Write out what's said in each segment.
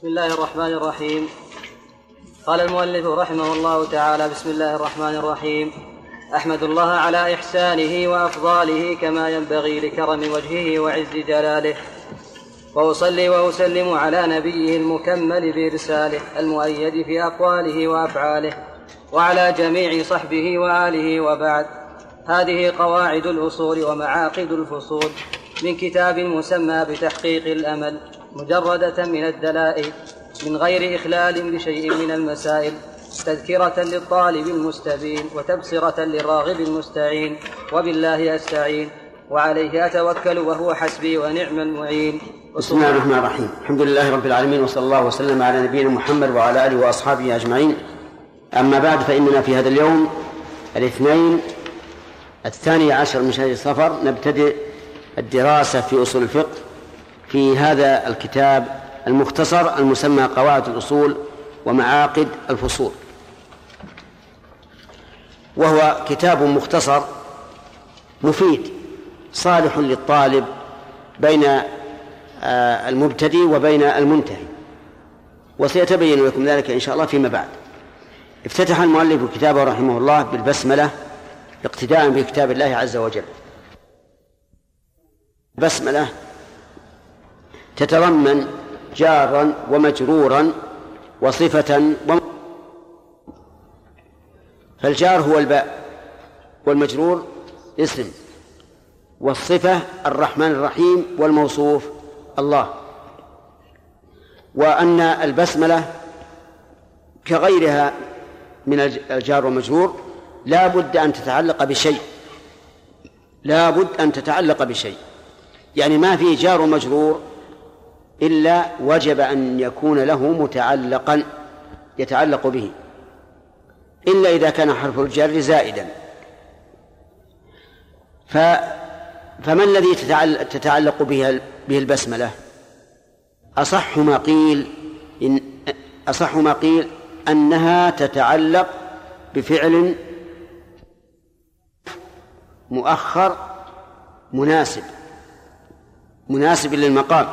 بسم الله الرحمن الرحيم. قال المؤلف رحمه الله تعالى: بسم الله الرحمن الرحيم. أحمد الله على إحسانه وأفضاله كما ينبغي لكرم وجهه وعز جلاله، وأصلي وأسلم على نبيه المكمل بإرساله المؤيد في أقواله وأفعاله، وعلى جميع صحبه وآله، وبعد. هذه قواعد الأصول ومعاقد الفصول من كتاب مسمى بتحقيق الأمل، مجردة من الدلائل من غير إخلال بشيء من المسائل، تذكرة للطالب المستبين وتبصرة للراغب المستعين، وبالله أستعين وعليه أتوكل وهو حسبي ونعم المعين. بسم الله الرحمن الرحيم. الحمد لله رب العالمين، وصلى الله وسلم على نبينا محمد وعلى آله وأصحابه أجمعين. أما بعد، فإننا في هذا اليوم الاثنين 12 من شهر صفر نبتدئ الدراسة في أصول الفقه في هذا الكتاب المختصر المسمى قواعد الأصول ومعاقد الفصول، وهو كتاب مختصر مفيد صالح للطالب بين المبتدئ وبين المنتهي، وسيتبين لكم ذلك إن شاء الله فيما بعد. افتتح المؤلف كتابه رحمه الله بالبسملة اقتداء بكتاب الله عز وجل. البسملة تتضمن جارا ومجرورا وصفة فالجار هو الباء، والمجرور اسم، والصفة الرحمن الرحيم، والموصوف الله. وأن البسملة كغيرها من الجار والمجرور لا بد أن تتعلق بشيء، لا بد أن تتعلق بشيء، يعني ما في جار ومجرور إلا وجب أن يكون له متعلقا يتعلق به، إلا إذا كان حرف الجر زائدا. فما الذي تتعلق به البسملة؟ أصح ما قيل أنها تتعلق بفعل مؤخر مناسب للمقام،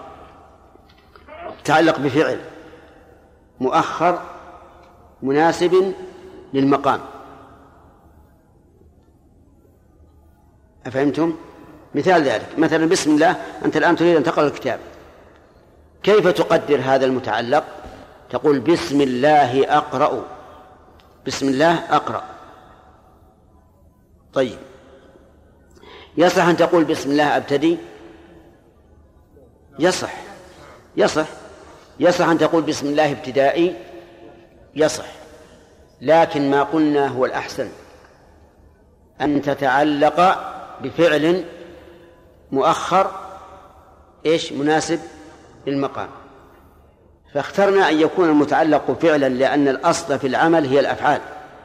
تتعلق بفعل مؤخر مناسب للمقام. أفهمتم؟ مثال ذلك مثلا بسم الله، أنت الآن تريد أن تقرأ الكتاب، كيف تقدر هذا المتعلق؟ تقول بسم الله أقرأ، بسم الله أقرأ. طيب، يصح أن تقول بسم الله أبتدي؟ يصح أن تقول بسم الله ابتدائي؟ يصح، لكن ما قلنا هو الأحسن أن تتعلق بفعل مؤخر مناسب للمقام. فاخترنا أن يكون المتعلق فعلا، لأن الأصل في العمل هي الأفعال،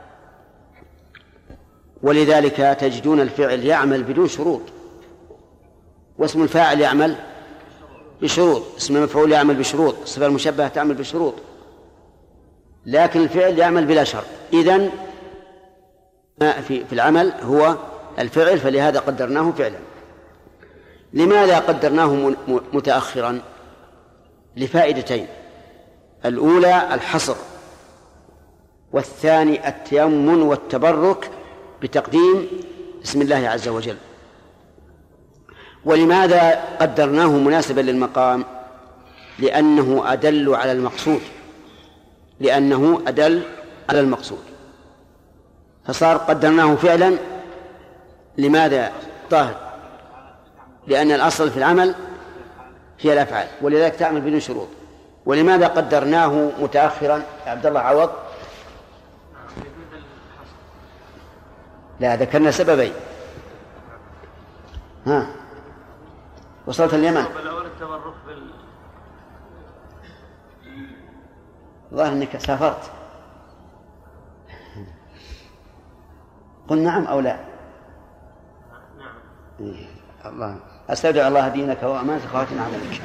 ولذلك تجدون الفعل يعمل بدون شروط، واسم الفاعل يعمل بشروط، اسم المفعول يعمل بشروط، الصفة المشبهة تعمل بشروط، لكن الفعل يعمل بلا شرط. إذن في العمل هو الفعل، فلهذا قدرناه فعلا. لماذا قدرناه متأخرا؟ لفائدتين: الأولى الحصر، والثاني التيمن والتبرك بتقديم اسم الله عز وجل. ولماذا قدرناه مناسبا للمقام؟ لأنه أدل على المقصود، فصار قدرناه فعلا. لماذا طاهر؟ لأن الأصل في العمل هي الأفعال، ولذلك تعمل بدون شروط. ولماذا قدرناه متأخرا عبد الله عوض؟ لا، ذكرنا سببين. وصلت اليمن؟ ظاهر أنك سافرت. قل نعم أو لا؟ نعم. الله أستودع الله دينك وأمانة خواتنا عملك.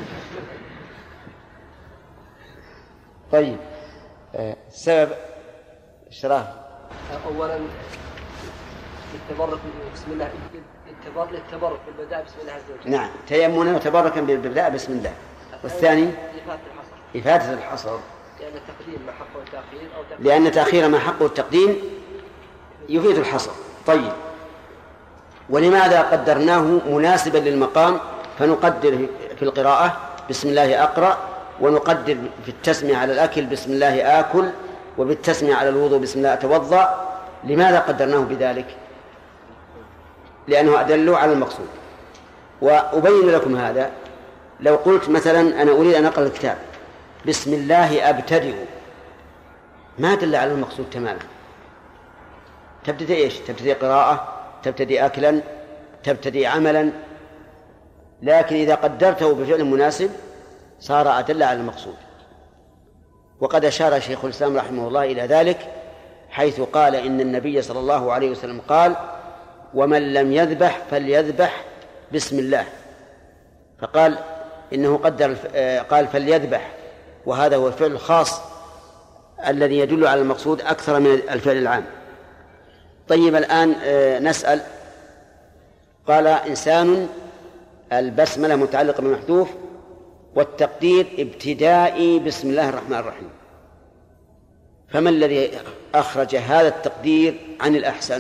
طيب، السبب اشتراك أولا التبرك بسم الله، للتبرك بالبداء بسم الله عز وجل. نعم، تيمنا وتبركا بالبداء بسم الله. والثاني إفادة الحصر، لأن التقديم ما حقه التأخير أو تقديم، لأن تأخير ما حقه التقديم يفيد الحصر. طيب، ولماذا قدرناه مناسبا للمقام؟ فنقدر في القراءة بسم الله أقرأ، ونقدر في التسمية على الأكل بسم الله آكل، وبالتسمية على الوضوء بسم الله أتوضأ. لماذا قدرناه بذلك؟ لأنه أدل على المقصود. وأبين لكم هذا. لو قلت مثلا أنا أريد أن أقرأ الكتاب بسم الله أبتدئ، ما دل على المقصود تماما. تبتدئ إيش؟ تبتدئ قراءة، تبتدئ أكلا، تبتدئ عملا. لكن إذا قدرته بفعل مناسب صار أدل على المقصود. وقد أشار شيخ الإسلام رحمه الله إلى ذلك حيث قال إن النبي صلى الله عليه وسلم قال: ومن لم يذبح فليذبح بسم الله. فقال إنه قال فليذبح، وهذا هو الفعل الخاص الذي يدل على المقصود أكثر من الفعل العام. طيب، الآن نسأل. قال إنسان البسملة متعلقة بمحذوف، والتقدير ابتدائي بسم الله الرحمن الرحيم، فما الذي أخرج هذا التقدير عن الأحسن؟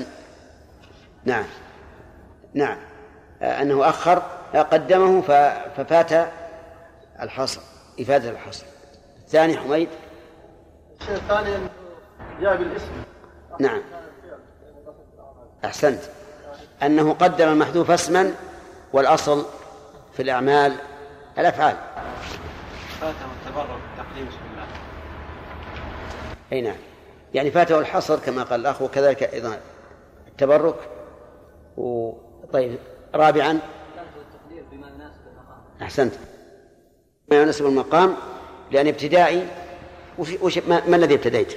نعم أنه قدمه ففات الحصر، إفادة الحصر. الثاني حميد. الشيء الثاني جاء بالاسم. نعم، أحسنت، أنه قدم المحذوف اسما، والأصل في الأعمال الأفعال. فاته التبرك تقديم بسم الله. أي نعم، يعني فاته الحصر كما قال الأخ، وكذلك أيضا التبرك. طيب، رابعا أحسنت، ما يناسب المقام، لأن ابتدائي ما الذي ابتديت؟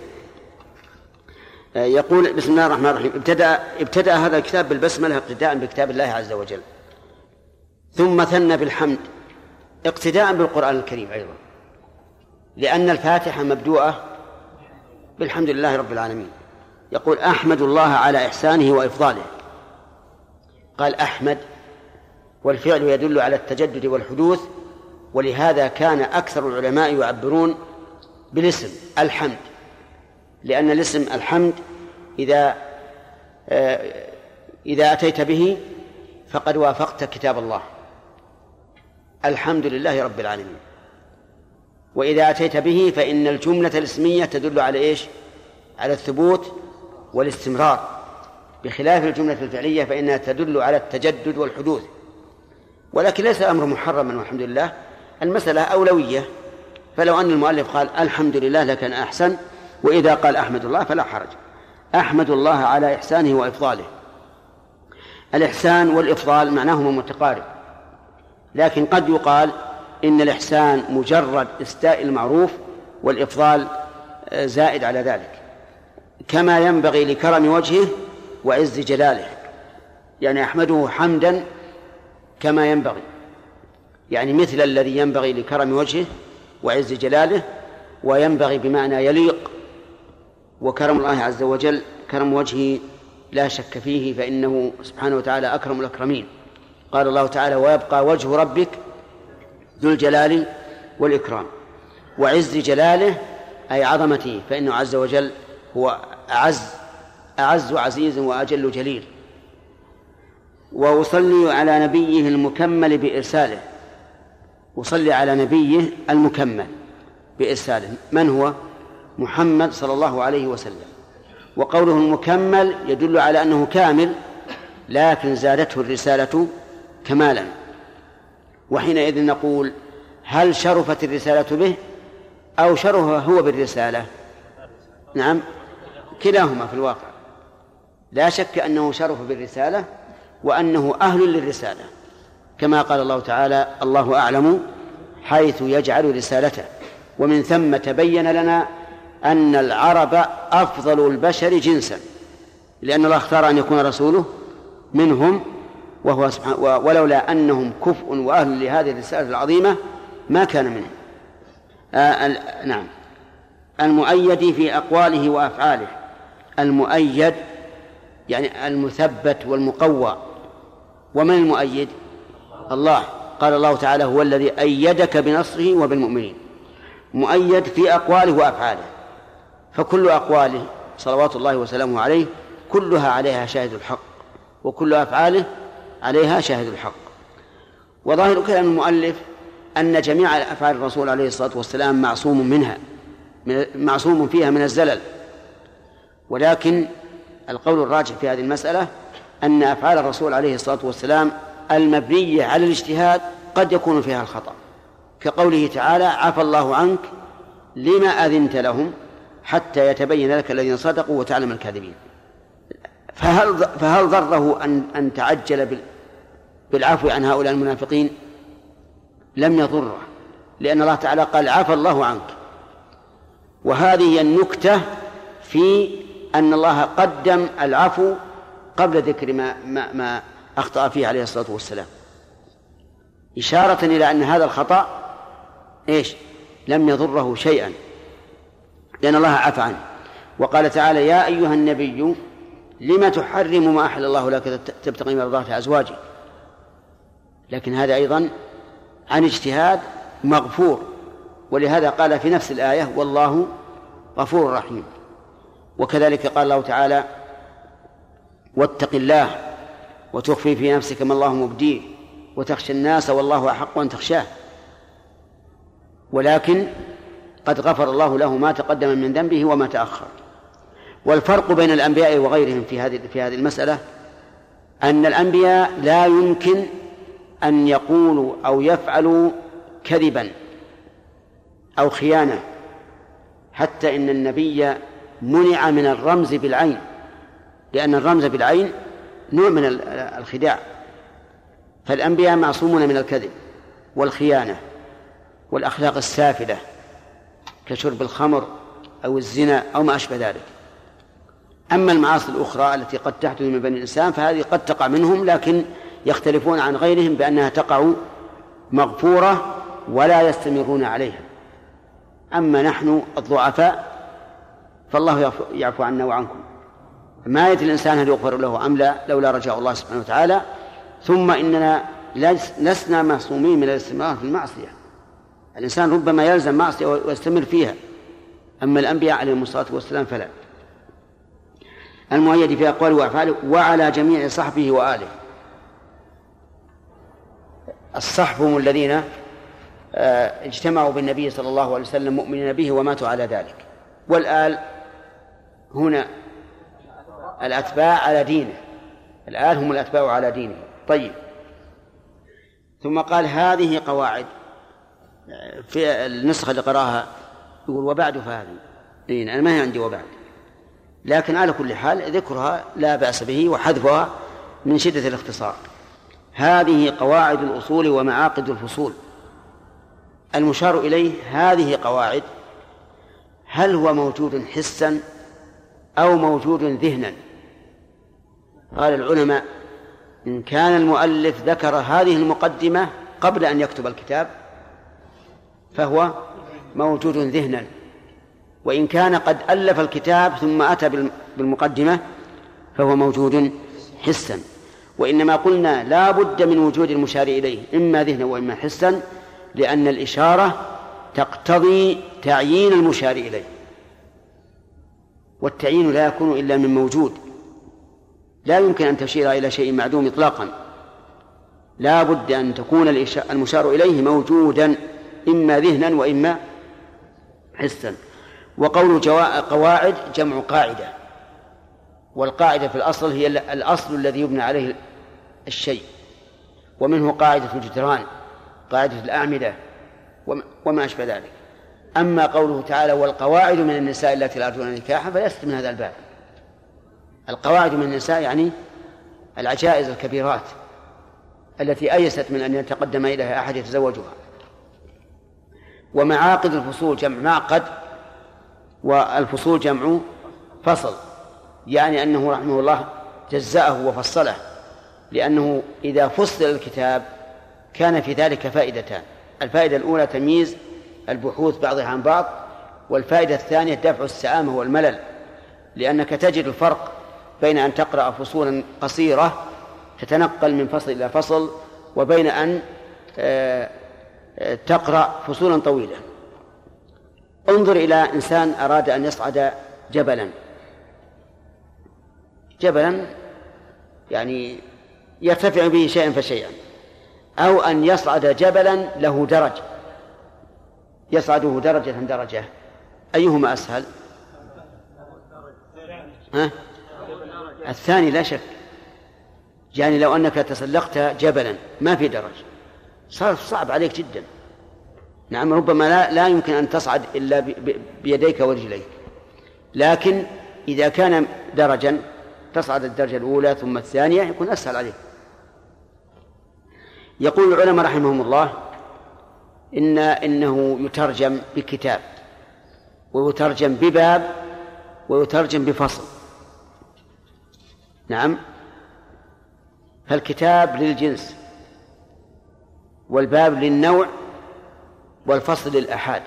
يقول بسم الله الرحمن الرحيم. ابتدأ هذا الكتاب بالبسملة اقتداء بكتاب الله عز وجل، ثم ثنى بالحمد اقتداء بالقرآن الكريم أيضا، لأن الفاتحة مبدوءة بالحمد لله رب العالمين. يقول: أحمد الله على إحسانه وإفضاله. قال أحمد، والفعل يدل على التجدد والحدوث، ولهذا كان أكثر العلماء يعبرون بالاسم الحمد، لأن الاسم الحمد إذا أتيت به فقد وافقت كتاب الله، الحمد لله رب العالمين. وإذا أتيت به فإن الجملة الاسمية تدل على إيش؟ على الثبوت والاستمرار، بخلاف الجملة الفعلية فإنها تدل على التجدد والحدوث. ولكن ليس الأمر محرما، والحمد لله، المسألة أولوية. فلو أن المؤلف قال الحمد لله لكان أحسن، وإذا قال أحمد الله فلا حرج. أحمد الله على إحسانه وإفضاله. الإحسان والإفضال معناهما متقارب، لكن قد يقال إن الإحسان مجرد إسداء المعروف، والإفضال زائد على ذلك، كما ينبغي لكرم وجهه وعز جلاله. يعني أحمده حمدا كما ينبغي، يعني مثل الذي ينبغي لكرم وجهه وعز جلاله، وينبغي بمعنى يليق. وكرم الله عز وجل كرم وجهه لا شك فيه، فإنه سبحانه وتعالى أكرم الأكرمين. قال الله تعالى: ويبقى وجه ربك ذو الجلال والإكرام. وعز جلاله أي عظمته، فإنه عز وجل هو أعز عزيز وأجل جليل. وأصلي على نبيه المكمل بإرساله. أصلي على نبيه المكمل بإرساله، من هو؟ محمد صلى الله عليه وسلم. وقوله المكمل يدل على أنه كامل، لكن زادته الرسالة كمالا. وحينئذ نقول: هل شرفت الرسالة به أو شرف هو بالرسالة؟ نعم، كلاهما في الواقع. لا شك أنه شرف بالرسالة، وأنه أهل للرسالة، كما قال الله تعالى: الله أعلم حيث يجعل رسالته. ومن ثم تبين لنا أن العرب أفضل البشر جنسا، لأن الله اختار أن يكون رسوله منهم، وهو سبحانه، ولولا أنهم كفء وأهل لهذه الرسالة العظيمة ما كان منهم. نعم. المؤيد في أقواله وأفعاله. المؤيد يعني المثبت والمقوى. ومن المؤيد؟ الله. قال الله تعالى: هو الذي أيدك بنصره وبالمؤمنين. مؤيد في أقواله وأفعاله، فكل أقواله صلوات الله وسلامه عليه كلها عليها شاهد الحق، وكل أفعاله عليها شاهد الحق. وظاهر كلام المؤلف أن جميع أفعال الرسول عليه الصلاة والسلام معصوم فيها من الزلل، ولكن القول الراجح في هذه المسألة أن أفعال الرسول عليه الصلاة والسلام المبنية على الاجتهاد قد يكون فيها الخطأ، كقوله تعالى: عفى الله عنك لما أذنت لهم حتى يتبين لك الذين صدقوا وتعلم الكاذبين. فهل ضره أن تعجل بالعفو عن هؤلاء المنافقين؟ لم يضره، لأن الله تعالى قال: عفى الله عنك. وهذه هي النكتة في أن الله قدم العفو قبل ذكر ما أخطأ فيه عليه الصلاة والسلام، إشارة إلى أن هذا الخطأ لم يضره شيئا، لأن الله عفى عنه. وقال تعالى: يا أيها النبي لم تحرم ما أحل الله لك تبتغي مرضات أزواجك. لكن هذا أيضا عن اجتهاد مغفور، ولهذا قال في نفس الآية: والله غفور رحيم. وكذلك قال الله تعالى: واتق الله وتخفي في نفسك ما الله مبديه وتخشى الناس والله أحق أن تخشاه. ولكن قد غفر الله له ما تقدم من ذنبه وما تأخر. والفرق بين الأنبياء وغيرهم في هذه المسألة أن الأنبياء لا يمكن أن يقولوا أو يفعلوا كذبا أو خيانة، حتى إن النبي منع من الرمز بالعين، لأن الرمز بالعين نوع من الخداع. فالأنبياء معصومون من الكذب والخيانة والأخلاق السافلة كشرب الخمر أو الزنا أو ما أشبه ذلك. أما المعاصي الأخرى التي قد تحدث من بني الإنسان فهذه قد تقع منهم، لكن يختلفون عن غيرهم بأنها تقع مغفورة ولا يستمرون عليها. أما نحن الضعفاء فالله يعفو عنا وعنكم. ما يدري الإنسان هل يغفر له أم لا لولا رجاء الله سبحانه وتعالى. ثم إننا لسنا معصومين من الاستمرار في المعصية، الإنسان ربما يلزم معصية ويستمر فيها، أما الأنبياء عليهم الصلاة والسلام فلا. المؤيد في أقواله وأفعاله وعلى جميع صحبه وآله. الصحب هم الذين اجتمعوا بالنبي صلى الله عليه وسلم مؤمنين به وماتوا على ذلك. والآل هنا الأتباع على دينه، الآل هم الأتباع على دينه. طيب، ثم قال: هذه قواعد. في النسخة اللي قراها يقول وبعد فهذه، أنا ما هي عندي وبعد، لكن على كل حال ذكرها لا بأس به، وحذفها من شدة الاختصار. هذه قواعد الأصول ومعاقد الفصول. المشار إليه هذه قواعد، هل هو موجود حسا أو موجود ذهنا؟ قال العلماء: إن كان المؤلف ذكر هذه المقدمة قبل أن يكتب الكتاب فهو موجود ذهنا، وإن كان قد ألف الكتاب ثم أتى بالمقدمة فهو موجود حسا. وإنما قلنا لا بد من وجود المشار إليه إما ذهنا وإما حسا، لأن الإشارة تقتضي تعيين المشار إليه، والتعيين لا يكون إلا من موجود، لا يمكن أن تشير إلى شيء معدوم إطلاقا، لا بد أن تكون المشار إليه موجودا إما ذهنا وإما حسا. وقول قواعد جمع قاعدة، والقاعدة في الأصل هي الأصل الذي يبنى عليه الشيء، ومنه قاعدة الجدران، قاعدة الأعمدة وما أشبه ذلك. أما قوله تعالى: والقواعد من النساء التي لا يرجون نكاحا، فليست من هذا الباب. القواعد من النساء يعني العجائز الكبيرات التي أيست من أن يتقدم إليها أحد يتزوجها. ومعاقد الفصول جمع معقد، والفصول جمع فصل، يعني أنه رحمه الله جزأه وفصله، لأنه إذا فصل الكتاب كان في ذلك فائدتان: الفائدة الأولى تمييز البحوث بعضها عن بعض، والفائدة الثانية دفع السآمة والملل، لأنك تجد الفرق بين أن تقرأ فصولا قصيرة تتنقل من فصل إلى فصل، وبين أن تقرأ فصولا طويلة. انظر إلى إنسان أراد أن يصعد جبلا يعني يرتفع به شيئا فشيئا، أو أن يصعد جبلا له درج يصعده درجة درجة، أيهما أسهل؟ الثاني لا شك. يعني لو أنك تسلقت جبلا ما في درج صار صعب عليك جدا. نعم، ربما لا يمكن أن تصعد إلا بيديك ورجليك، لكن إذا كان درجا تصعد الدرجة الأولى ثم الثانية يكون أسهل عليك. يقول العلماء رحمهم الله إنه يترجم بكتاب، ويترجم بباب، ويترجم بفصل. نعم، فالكتاب للجنس، والباب للنوع، والفصل للآحاد.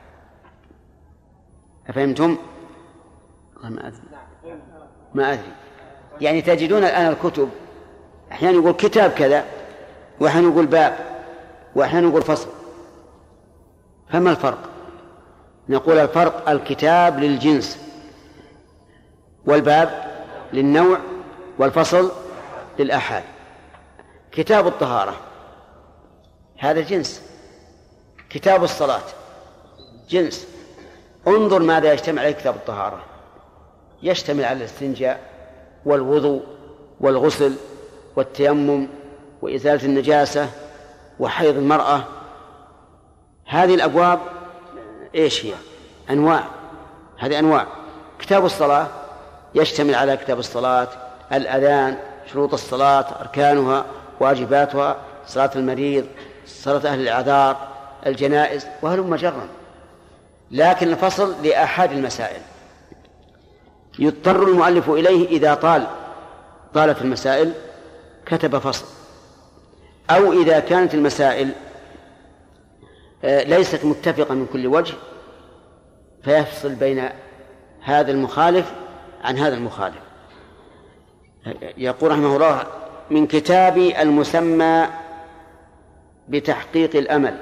أفهمتم؟ ما أدري. يعني تجدون الآن الكتب أحيانا يقول كتاب كذا، وأحيانا يقول باب، وأحيانا يقول فصل. فما الفرق؟ نقول الفرق الكتاب للجنس، والباب للنوع، والفصل للآحاد. كتاب الطهارة هذا جنس، كتاب الصلاة جنس. انظر ماذا يجتمع عليه كتاب الطهارة. يشتمل على الاستنجاء والوضوء والغسل والتيمم وإزالة النجاسة وحيض المرأة. هذه الأبواب إيش هي؟ أنواع. هذه أنواع. كتاب الصلاة يشتمل على كتاب الصلاة، الأذان، شروط الصلاة، أركانها، واجباتها، صلاة المريض، صلاة أهل الأعذار، الجنائز، وهلم جرا. لكن الفصل لآحاد المسائل يضطر المؤلف إليه إذا طالت المسائل كتب فصل، أو إذا كانت المسائل ليست متفقة من كل وجه فيفصل بين هذا المخالف عن هذا المخالف. يقول رحمه الله: من كتابي المسمى بتحقيق الأمل.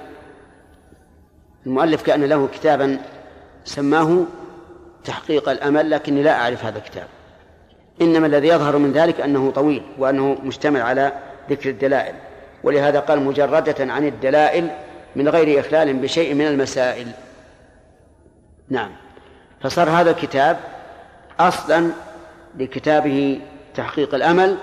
المؤلف كأن له كتابا سماه تحقيق الأمل، لكني لا أعرف هذا الكتاب. إنما الذي يظهر من ذلك أنه طويل، وأنه مشتمل على ذكر الدلائل، ولهذا قال مجردة عن الدلائل من غير إخلال بشيء من المسائل. نعم، فصار هذا الكتاب أصلا لكتابه تحقيق الأمل،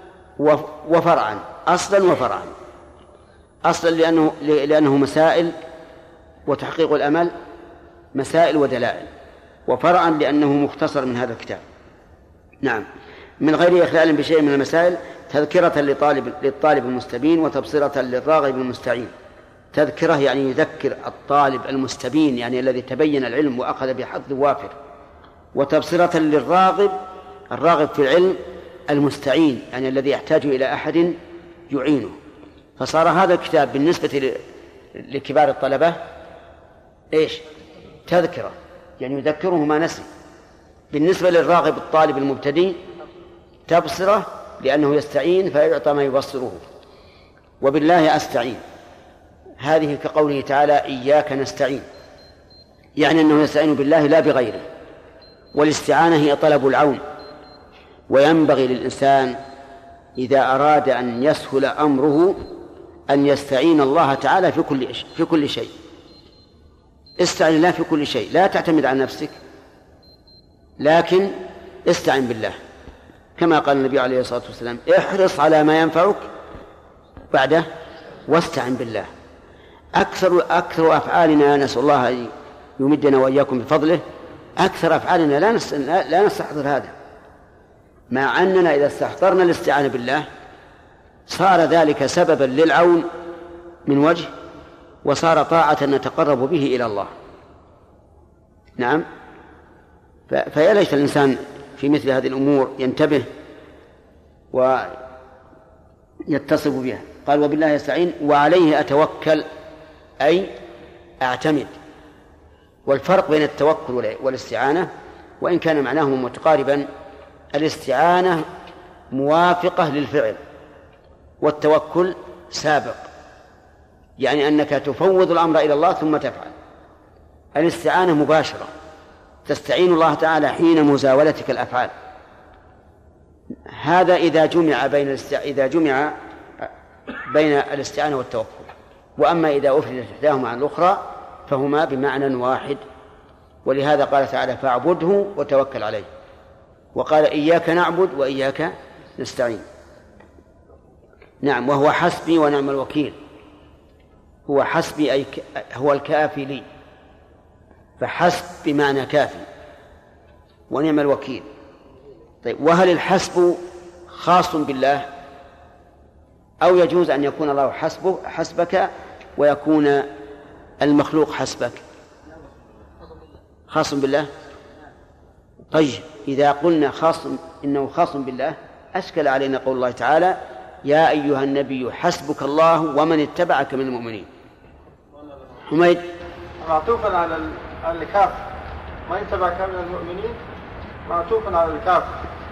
وفرعا، أصلا وفرعا. أصلا لأنه مسائل، وتحقيق الأمل مسائل ودلائل، وفرعا لأنه مختصر من هذا الكتاب. نعم، من غير إخلال بشيء من المسائل، تذكرة للطالب المستبين، وتبصرة للراغب المستعين. تذكرة يعني يذكر الطالب المستبين، يعني الذي تبين العلم وأخذ بحظ وافر، وتبصرة الراغب في العلم المستعين، يعني الذي يحتاج إلى أحد يعينه. فصار هذا الكتاب بالنسبة لكبار الطلبة إيش؟ تذكرة، يعني يذكره ما نسي. بالنسبة للراغب الطالب المبتدئ تبصرة، لأنه يستعين فيعطى ما يبصره. وبالله أستعين، هذه كقوله تعالى: إياك نستعين، يعني أنه يستعين بالله لا بغيره. والاستعانة هي طلب العون. وينبغي للإنسان إذا أراد أن يسهل أمره أن يستعين الله تعالى في كل شيء. استعن الله في كل شيء، لا تعتمد على نفسك، لكن استعن بالله، كما قال النبي عليه الصلاة والسلام: احرص على ما ينفعك بعده واستعن بالله. أكثر أفعالنا، نسأل الله أن يمدنا وإياكم بفضله، أكثر أفعالنا لا نستحضر هذا، مع أننا إذا استحضرنا الاستعانة بالله صار ذلك سببا للعون من وجه، وصار طاعة نتقرب به إلى الله. نعم، فيا ليت الإنسان في مثل هذه الأمور ينتبه ويتصف بها. قال: وبالله يستعين وعليه أتوكل، أي أعتمد. والفرق بين التوكل والاستعانة، وإن كان معناهما متقاربا، الاستعانة موافقة للفعل، والتوكل سابق، يعني أنك تفوض الأمر إلى الله ثم تفعل. الاستعانة مباشرة، تستعين الله تعالى حين مزاولتك الأفعال. هذا إذا جمع بين الاستعانة والتوكل. وأما إذا أفردت إحداهما عن الأخرى فهما بمعنى واحد. ولهذا قال تعالى فاعبده وتوكل عليه، وقال إياك نعبد وإياك نستعين. نعم، وهو حسبي ونعم الوكيل. هو حسبي أي هو الكافي لي، فحسب بمعنى كافي، ونعم الوكيل. طيب، وهل الحسب خاص بالله أو يجوز أن يكون الله حسبك ويكون المخلوق حسبك؟ خاص بالله. طيب، إذا قلنا إنه خاص بالله أشكل علينا قول الله تعالى يا أيها النبي حسبك الله ومن اتبعك من المؤمنين. حميد. معطوفا على الكاف، ما اتبعك من المؤمنين معطوفا على الكاف،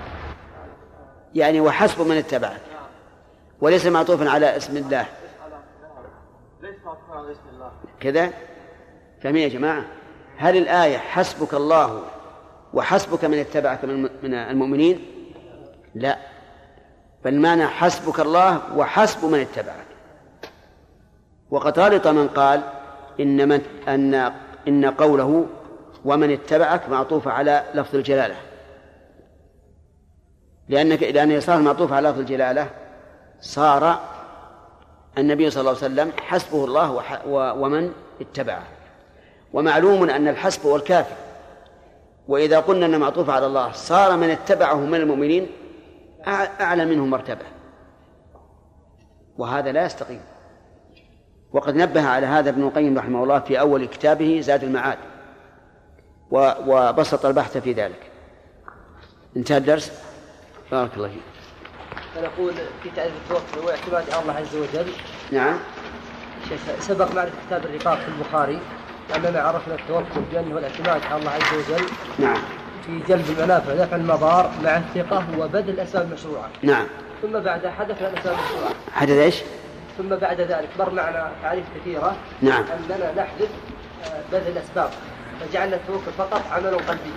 يعني وحسب من اتبعك، وليس معطوفا على اسم الله. ليس معطوفا على اسم الله كذا. فهمين يا جماعة؟ هل الآية حسبك الله وحسبك من اتبعك من المؤمنين؟ لا، فالمعنى حسبك الله وحسب من اتبعك. وقد غلط من قال إن قوله ومن اتبعك معطوف على لفظ الجلالة، لأن صار معطوف على لفظ الجلالة صار النبي صلى الله عليه وسلم حسبه الله ومن اتبعه. ومعلوم أن الحسب هو الكافي، وإذا قلنا أنه معطوف على الله صار من اتبعه من المؤمنين أعلى منه مرتبة، وهذا لا يستقيم. وقد نبه على هذا ابن القيم رحمه الله في أول كتابه زاد المعاد، وبسط البحث في ذلك. انتهى الدرس. بارك الله فيك. فنقول في تعريف التوكل هو اعتماد على الله عز وجل. نعم. شيخ، سبق معرفة كتاب الرقاق في البخاري أننا عرفنا التوكل بأنه الاعتماد على الله عز وجل. نعم. في جلب المنافع ودفع المضار مع الثقة وبذل الأسباب المشروعة. نعم. ثم بعد حدث الأسباب المشروعة. حدث إيش؟ ثم بعد ذلك مر معنا تعريف كثيرة. نعم. أننا نحدث بذل الأسباب، فجعلنا التوكل فقط عمل قلبي.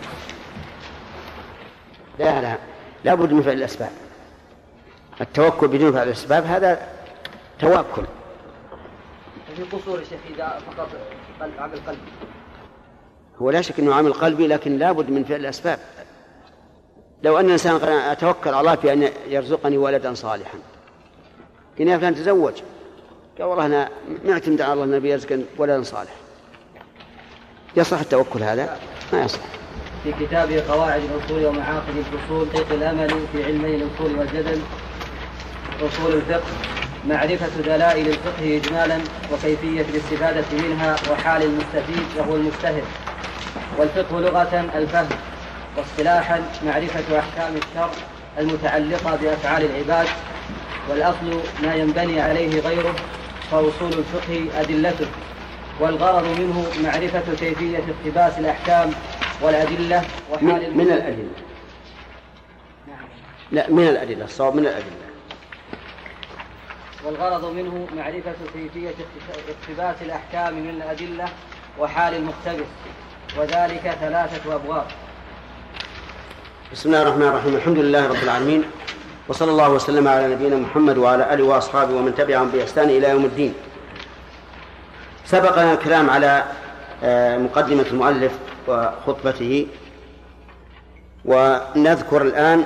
لا بد من فعل الأسباب. التوكل بدون فعل الأسباب هذا توكل. في قصور يا شيخ إذا فقط عمل قلبي. هو لا شك أنه عمل قلبي، لكن لا بد من فعل الأسباب. لو أن الإنسان قال أتوكل على الله في أن يرزقني ولدا صالحا، كان كان تزوج قال والله أنا معتمد على الله النبي يرزقني ولدا صالح، يصح التوكل هذا؟ ما يصح. في كتابه قواعد الأصول ومعاقد الفصول طريق الأمل في علمي الأصول والجدل أصول الفقه، معرفة دلائل الفقه إجمالا وكيفية الاستفادة منها وحال المستفيد وهو المجتهد. والفقه لغة الفهم، واصطلاحا معرفة أحكام الشرع المتعلقة بأفعال العباد، والأصل ما ينبني عليه غيره، فأصول الفقه أدلته، والغرض منه معرفة كيفية اقتباس الأحكام والأدلة وحال من الأدلة. لا، من الأدلة، الصواب من الأدلة. والغرض منه معرفة كيفية اقتباس الأحكام من الأدلة وحال المقتبس، وذلك 3 أبواب. بسم الله الرحمن الرحيم. الحمد لله رب العالمين، وصلى الله وسلم على نبينا محمد وعلى آله وأصحابه ومن تبعهم بإحسان إلى يوم الدين. سبقنا الكلام على مقدمة المؤلف وخطبته، ونذكر الآن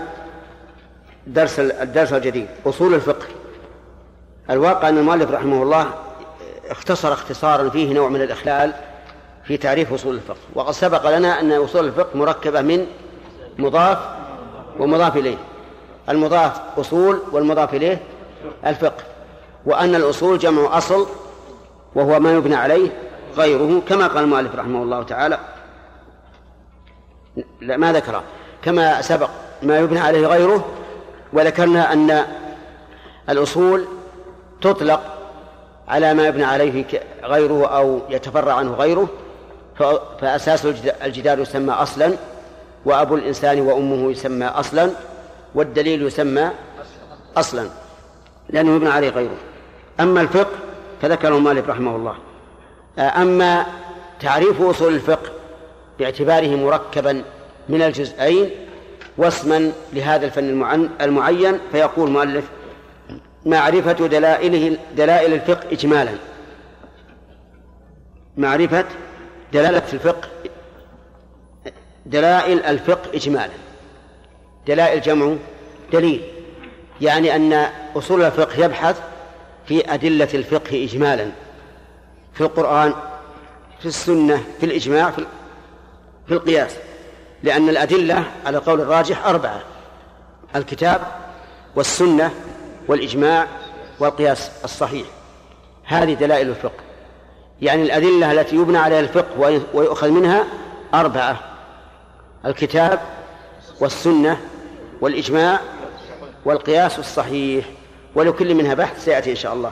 الدرس الجديد أصول الفقه. الواقع أن المؤلف رحمه الله اختصر اختصارا فيه نوع من الإخلال في تعريف أصول الفقه. وقد سبق لنا أن أصول الفقه مركبة من مضاف ومضاف إليه. المضاف أصول والمضاف إليه الفقه، وأن الأصول جمع أصل وهو ما يبنى عليه غيره، كما قال المؤلف رحمه الله تعالى. لا، ما ذكره كما سبق ما يبنى عليه غيره، وذكرنا أن الأصول تطلق على ما يبنى عليه غيره أو يتفرع عنه غيره. فأساس الجدار يسمى أصلا، وأبو الإنسان وأمه يسمى أصلا، والدليل يسمى أصلا لأنه يبنى عليه غيره. أما الفقه فذكره مالك رحمه الله. أما تعريف أصول الفقه باعتباره مركبا من الجزئين واسما لهذا الفن المعين، فيقول المؤلف: معرفة دلائل الفقه إجمالا. معرفة دلائل الفقه إجمالا. دلائل جمع دليل، يعني أن أصول الفقه يبحث في أدلة الفقه إجمالا، في القرآن، في السنة، في الإجماع، في القياس، لأن الأدلة على قول الراجح 4: الكتاب والسنة والإجماع والقياس الصحيح. هذه دلائل الفقه، يعني الأدلة التي يبنى عليها الفقه ويؤخذ منها 4: الكتاب والسنة والإجماع والقياس الصحيح، ولكل منها بحث سيأتي إن شاء الله.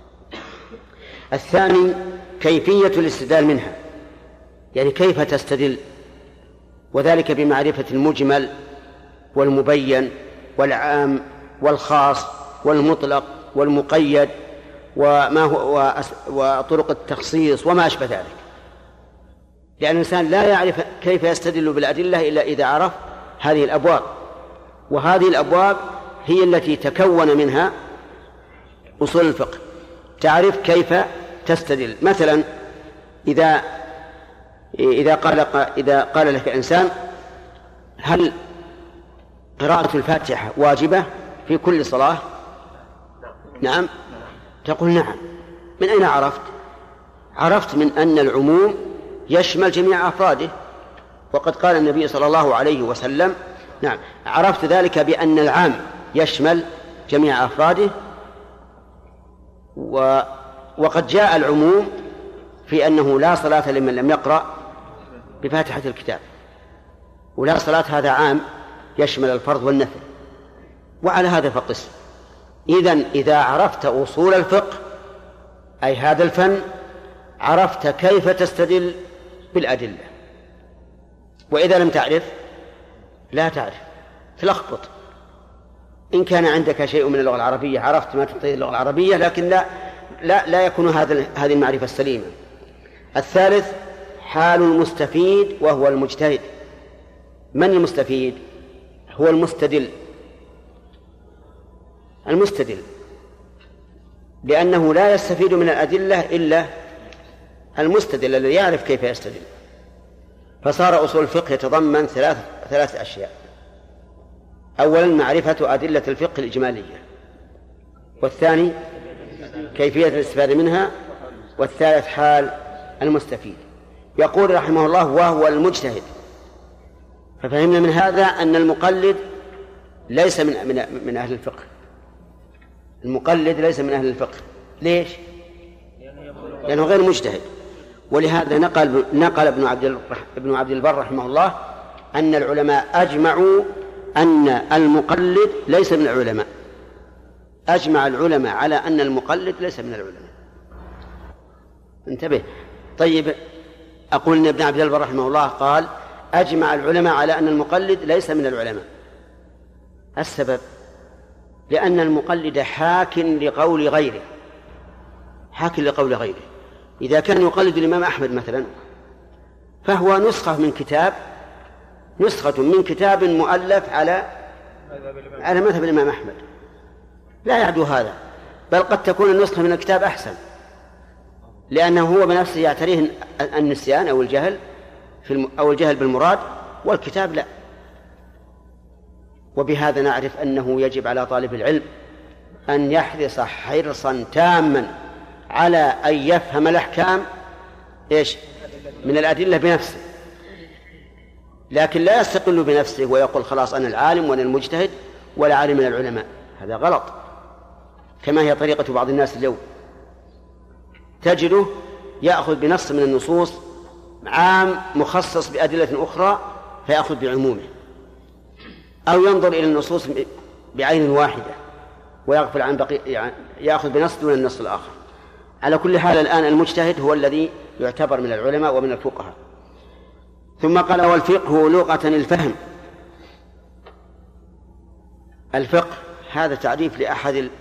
الثاني كيفية الاستدلال منها، يعني كيف تستدل، وذلك بمعرفة المجمل والمبين والعام والخاص والمطلق والمقيد وما هو وطرق التخصيص وما أشبه ذلك، لأن الإنسان لا يعرف كيف يستدل بالأدلة إلا إذا عرف هذه الأبواب، وهذه الأبواب هي التي تكون منها أصول الفقه. تعرف كيف تستدل. مثلا إذا قال لك إنسان: هل قراءة الفاتحة واجبة في كل صلاة؟ نعم. تقول نعم. من أين عرفت؟ عرفت من أن العموم يشمل جميع أفراده، وقد قال النبي صلى الله عليه وسلم. نعم، عرفت ذلك بأن العام يشمل جميع أفراده، وقد جاء العموم في أنه لا صلاة لمن لم يقرأ بفاتحة الكتاب، ولا صلاة هذا عام يشمل الفرض والنفل، وعلى هذا فقس. إذن إذا عرفت أصول الفقه أي هذا الفن عرفت كيف تستدل بالأدلة، وإذا لم تعرف لا تعرف، تلخبط. إن كان عندك شيء من اللغة العربية عرفت ما تقتضي اللغة العربية، لكن لا يكون هذه المعرفة السليمة. الثالث حال المستفيد وهو المجتهد. من المستفيد؟ هو المستدل، لأنه لا يستفيد من الأدلة إلا المستدل الذي يعرف كيف يستدل. فصار أصول الفقه يتضمن ثلاث أشياء: أولا معرفة أدلة الفقه الإجمالية، والثاني كيفية الاستفادة منها، والثالث حال المستفيد. يقول رحمه الله: وهو المجتهد. ففهمنا من هذا أن المقلد ليس من أهل الفقه. المقلد ليس من أهل الفقه. ليش؟ لأنه غير مجتهد. ولهذا نقل ابن عبد البر رحمه الله أن العلماء أجمعوا أن المقلد ليس من العلماء. أجمع العلماء على أن المقلد ليس من العلماء. انتبه. طيب، أقول أن ابن عبد البر رحمه الله قال: أجمع العلماء على أن المقلد ليس من العلماء. السبب: لأن المقلد حاك لقول غيره. إذا كان يقلد الإمام أحمد مثلا، فهو نسخة من كتاب مؤلف على مذهب الإمام أحمد، لا يعدو هذا، بل قد تكون النسخة من الكتاب أحسن، لأنه هو بنفسه يعتريه النسيان أو الجهل بالمراد، والكتاب لا. وبهذا نعرف أنه يجب على طالب العلم أن يحرص حرصا تاما على أن يفهم الأحكام من الأدلة بنفسه، لكن لا يستقل بنفسه ويقول: خلاص أنا العالم وأنا المجتهد ولا عالم من العلماء. هذا غلط، كما هي طريقة بعض الناس اليوم. تجده يأخذ بنص من النصوص عام مخصص بأدلة أخرى فيأخذ بعمومه، أو ينظر إلى النصوص بعين واحدة ويغفل عن يعني يأخذ بنص دون النص الآخر. على كل حال الآن المجتهد هو الذي يعتبر من العلماء ومن الفقهاء. ثم قال: والفقه لغة الفهم. الفقه هذا تعريف لأحد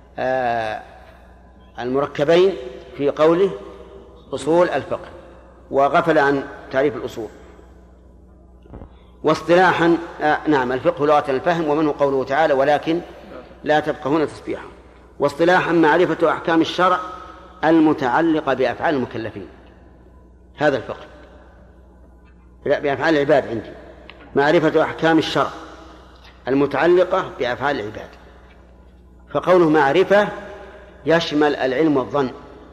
المركبين في قوله أصول الفقه، وغفل عن تعريف الأصول. واصطلاحا نعم الفقه لغة الفهم، ومنه قوله تعالى ولكن لا تفقهون تسبيحا. واصطلاحا معرفة أحكام الشرع المتعلقة بأفعال المكلفين، هذا الفقه لا بأفعال العباد عندي، معرفة أحكام الشرع المتعلقة بأفعال العباد. فقوله معرفة يشمل العلم والظن،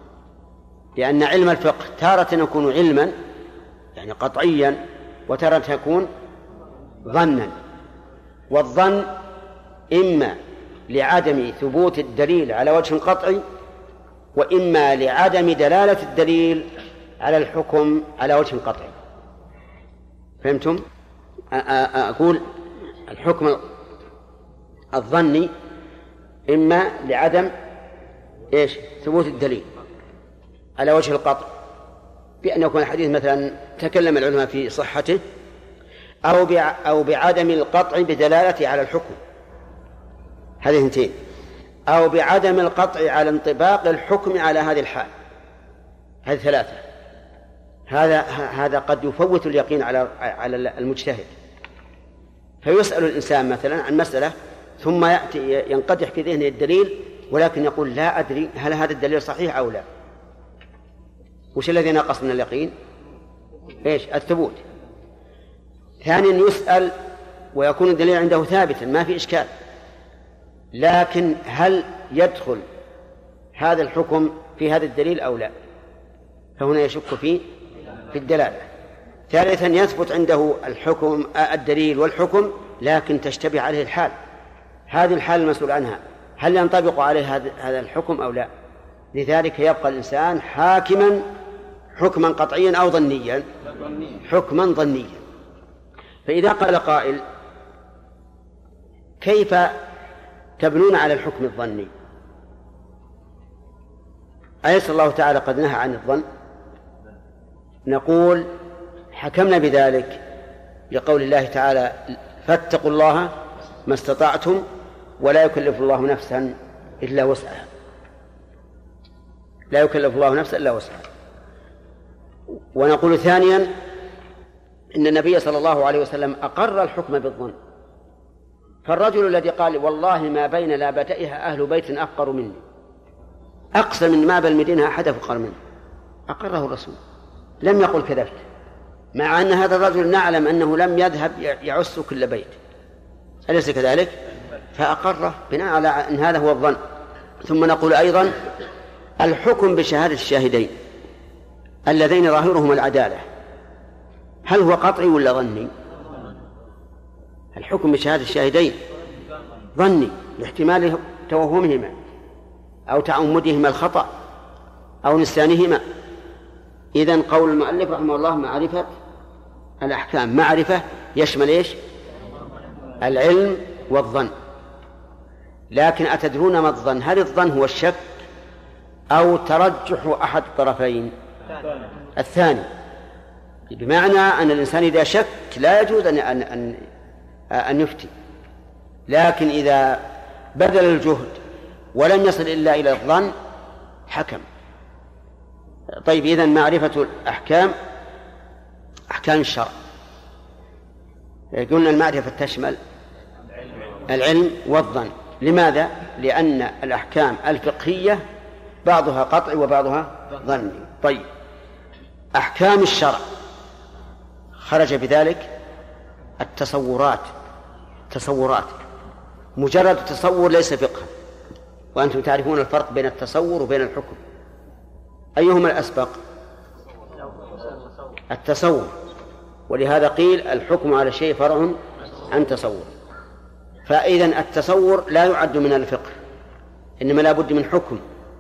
لأن علم الفقه تارة يكون علما يعني قطعيا، وتارة يكون ظنا. والظن إما لعدم ثبوت الدليل على وجه قطعي، وإما لعدم دلالة الدليل على الحكم على وجه قطعي. فهمتم؟ أقول الحكم الظني إما لعدم ثبوت الدليل على وجه القطع، بأن يكون الحديث مثلا تكلم العلماء في صحته، أو بعدم القطع بدلالته على الحكم، هذه اثنتين، أو بعدم القطع على انطباق الحكم على هذه الحال، هذه ثلاثة. هذا قد يفوت اليقين على المجتهد، فيسأل الإنسان مثلا عن مسألة ثم يأتي ينقدح في ذهنه الدليل، ولكن يقول لا أدري هل هذا الدليل صحيح أو لا. وش الذي نقص من اليقين؟ الثبوت. ثانيا يسأل ويكون الدليل عنده ثابتا ما في إشكال، لكن هل يدخل هذا الحكم في هذا الدليل أو لا؟ فهنا يشك في الدلالة. ثالثا يثبت عنده الحكم الدليل والحكم، لكن تشتبه عليه الحال، هذه الحال المسؤول عنها هل ينطبق عليه هذا الحكم أو لا؟ لذلك يبقى الإنسان حاكما حكما قطعيا أو ظنيا، حكما ظنيا. فإذا قال قائل كيف تبنون على الحكم الظني؟ أليس الله تعالى قد نهى عن الظن؟ نقول حكمنا بذلك لقول الله تعالى فاتقوا الله ما استطعتم ولا يكلف الله نفسا إلا وسعها، لا يكلف الله نفسا إلا وسعها. ونقول ثانيا إن النبي صلى الله عليه وسلم أقر الحكم بالظن، فالرجل الذي قال والله ما بين لابتئها أهل بيت أفقر مني، أقصى من ما بالمدينة أحد أفقر منه، أقره الرسول، لم يقل كذبت، مع أن هذا الرجل نعلم أنه لم يذهب يعس كل بيت، أليس كذلك؟ فأقره بناء على أن هذا هو الظن. ثم نقول أيضا الحكم بشهادة الشاهدين اللذين ظاهرهم العدالة هل هو قطعي ولا ظني؟ الحكم بشهادة الشاهدين ظني لاحتمال توهمهما أو تعمدهما الخطأ أو نسيانهما. إذن قول المؤلف رحمه الله معرفة الأحكام، معرفة يشمل إيش؟ العلم والظن. لكن أتدرون ما الظن؟ هل الظن هو الشك أو ترجح أحد الطرفين؟ الثاني، بمعنى أن الإنسان إذا شك لا يجوز أن يفتي، لكن إذا بذل الجهد ولم يصل إلا إلى الظن حكم. طيب، إذن معرفة الأحكام، أحكام الشرع، قلنا المعرفة تشمل العلم والظن. لماذا؟ لأن الأحكام الفقهية بعضها قطعي وبعضها ظني. طيب، أحكام الشرع خرج بذلك التصورات، مجرد التصور ليس فقها، وأنتم تعرفون الفرق بين التصور وبين الحكم. أيهما الأسبق؟ التصور، ولهذا قيل الحكم على شيء فرع عن تصور. فإذن التصور لا يعد من الفقه، إنما لا بد من حكم،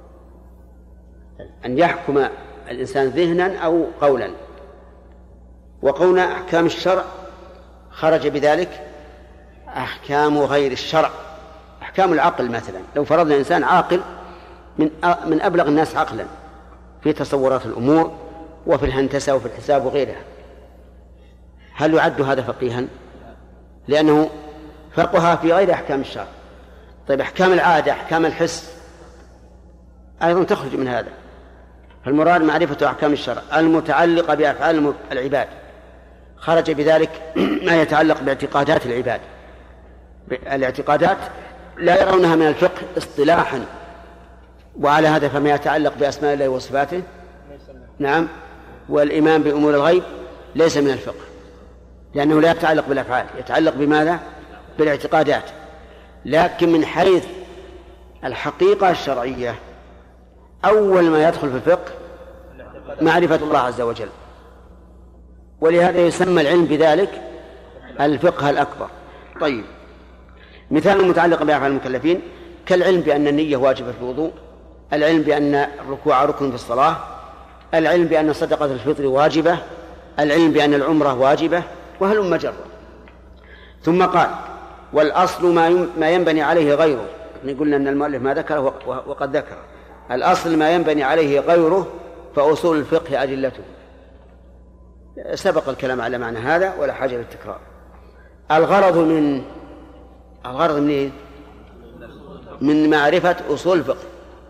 أن يحكم الإنسان ذهنا أو قولا. وقولنا أحكام الشرع خرج بذلك أحكام غير الشرع، أحكام العقل مثلا. لو فرضنا إنسان عاقل من أبلغ الناس عقلا في تصورات الأمور وفي الهندسة وفي الحساب وغيرها، هل يعد هذا فقيها؟ لأنه فقه في غير أحكام الشرع. طيب، أحكام العادة، أحكام الحس أيضا تخرج من هذا. فالمراد معرفة أحكام الشرع المتعلقة بأفعال العباد، خرج بذلك ما يتعلق باعتقادات العباد. الاعتقادات لا يرونها من الفقه اصطلاحا، وعلى هذا فما يتعلق بأسماء الله وصفاته نعم، والإيمان بأمور الغيب ليس من الفقه، لأنه لا يتعلق بالأفعال، يتعلق بماذا؟ بالاعتقادات. لكن من حيث الحقيقة الشرعية أول ما يدخل في الفقه معرفة الله عز وجل، ولهذا يسمى العلم بذلك الفقه الأكبر. طيب، مثال متعلق بأفعال المكلفين كالعلم بأن النية واجبة في الوضوء، العلم بأن الركوع ركن في الصلاة، العلم بأن صدقة الفطر واجبة، العلم بأن العمرة واجبة، وهلم جرا. ثم قال: والأصل ما ينبني عليه غيره. قلنا أن المؤلف ما ذكره وقد ذكر. الأصل ما ينبني عليه غيره فأصول الفقه أدلته. سبق الكلام على معنى هذا ولا حاجة للتكرار. الغرض من معرفة أصول الفقه،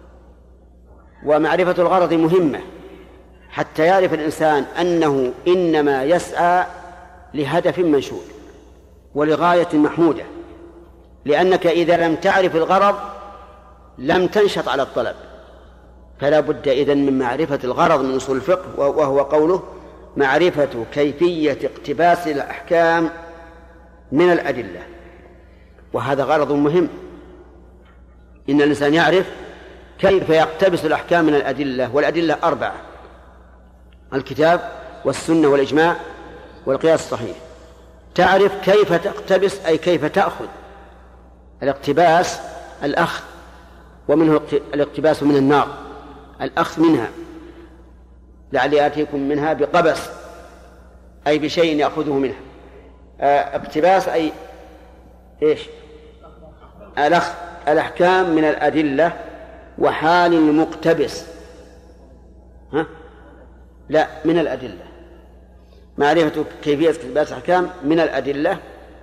ومعرفة الغرض مهمة حتى يعرف الإنسان أنه إنما يسعى لهدف منشود ولغاية محمودة، لأنك إذا لم تعرف الغرض لم تنشط على الطلب. فلا بد إذن من معرفة الغرض من أصول الفقه، وهو قوله: معرفة كيفية اقتباس الأحكام من الأدلة. وهذا غرض مهم، إن الإنسان يعرف كيف يقتبس الأحكام من الأدلة، والأدلة 4: الكتاب والسنة والإجماع والقياس الصحيح. تعرف كيف تقتبس، أي كيف تأخذ. الاقتباس الأخذ، ومنه الاقتباس من النار، الأخذ منها. لعلي آتيكم منها بقبس، أي بشيء يأخذه منها. اقتباس أي إيش؟ الأخذ الأحكام من الأدلة. وحال المقتبس لا من الأدلة، معرفة كيفية اقتباس الأحكام من الأدلة.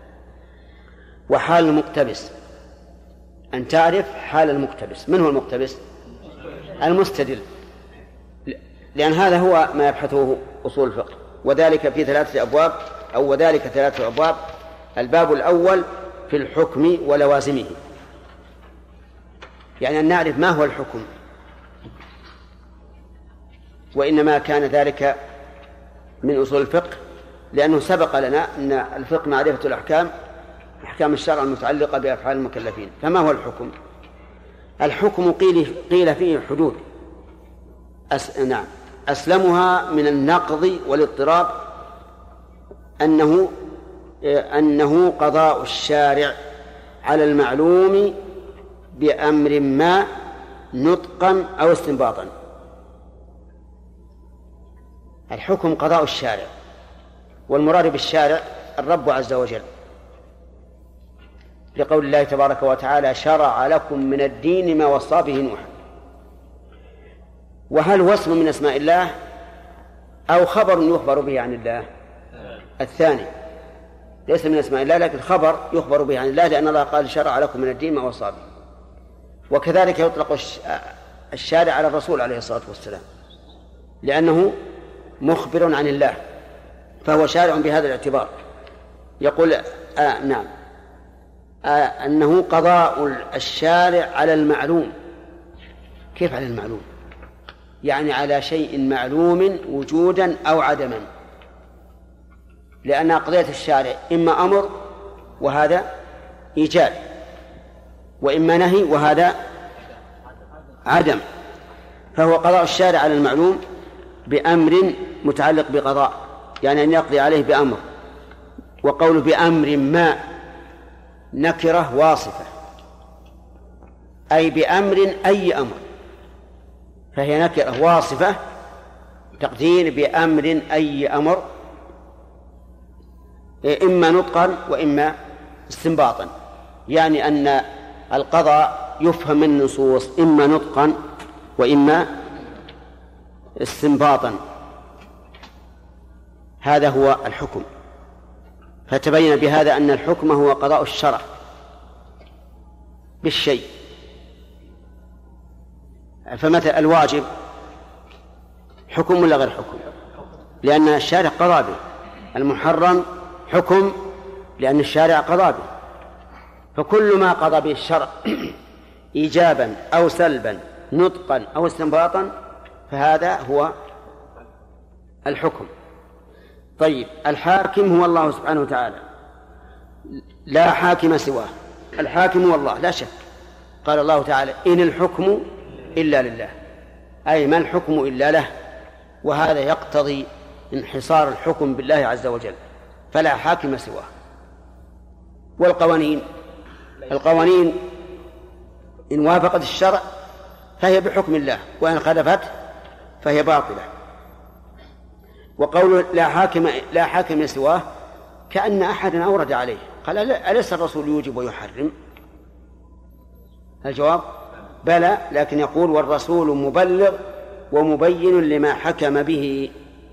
وحال المقتبس أن تعرف حال المقتبس. من هو المقتبس؟ المستدل، لأن هذا هو ما يبحثه أصول الفقه. وذلك في 3 أبواب، أو وذلك 3 أبواب. الباب الأول في الحكم ولوازمه، يعني أن نعرف ما هو الحكم، وإنما كان ذلك من أصول الفقه، لأنه سبق لنا أن الفقه معرفة الأحكام، أحكام الشرع المتعلقة بأفعال المكلفين. فما هو الحكم؟ الحكم قيل فيه حدود، نعم، أسلمها من النقض والاضطراب أنه قضاء الشارع على المعلوم بأمر ما نطقا أو استنباطا. الحكم قضاء الشارع، والمراد بالشارع الرب عز وجل، لقول الله تبارك وتعالى: شرع لكم من الدين ما وصى به نوحا. وهل هو اسم من أسماء الله أو خبر يخبر به عن الله؟ الثاني، ليس من أسماء الله لكن خبر يخبر به عن الله، لأن الله قال: شرع لكم من الدين ما وصى به. وكذلك يطلق الشارع على الرسول عليه الصلاة والسلام، لأنه مخبر عن الله، فهو شارع بهذا الاعتبار. يقول نعم، أنه قضاء الشارع على المعلوم. كيف على المعلوم؟ يعني على شيء معلوم وجودا أو عدما، لأن قضية الشارع إما أمر وهذا إيجاد، وإما نهي وهذا عدم. فهو قضاء الشارع على المعلوم بأمر متعلق بقضاء، يعني أن يقضي عليه بأمر. وقول بأمر ما نكرة واصفة، أي بأمر أي أمر، فهي نكرة واصفة تقدير بأمر أي أمر، إما نطقا وإما استنباطا، يعني أن القضاء يفهم من النصوص إما نطقا وإما استنباطا. هذا هو الحكم. فتبين بهذا أن الحكم هو قضاء الشرع بالشيء. فمثل الواجب حكم ولا غير حكم؟ لأن الشارع قضى به. المحرم حكم لأن الشارع قضى به، فكل ما قضى به الشرع إيجابا أو سلبا نطقا أو استنباطا فهذا هو الحكم. طيب، الحاكم هو الله سبحانه وتعالى، لا حاكم سواه، الحاكم هو الله لا شك. قال الله تعالى: إن الحكم إلا لله، أي ما الحكم إلا له، وهذا يقتضي انحصار الحكم بالله عز وجل، فلا حاكم سواه. والقوانين، القوانين إن وافقت الشرع فهي بحكم الله، وإن خالفت فهي باطلة. وقول لا حاكم سواه كأن أحدا أورد عليه قال: أليس الرسول يوجب ويحرم؟ الجواب: بلى، لكن يقول: والرسول مبلغ ومبين لما حكم به.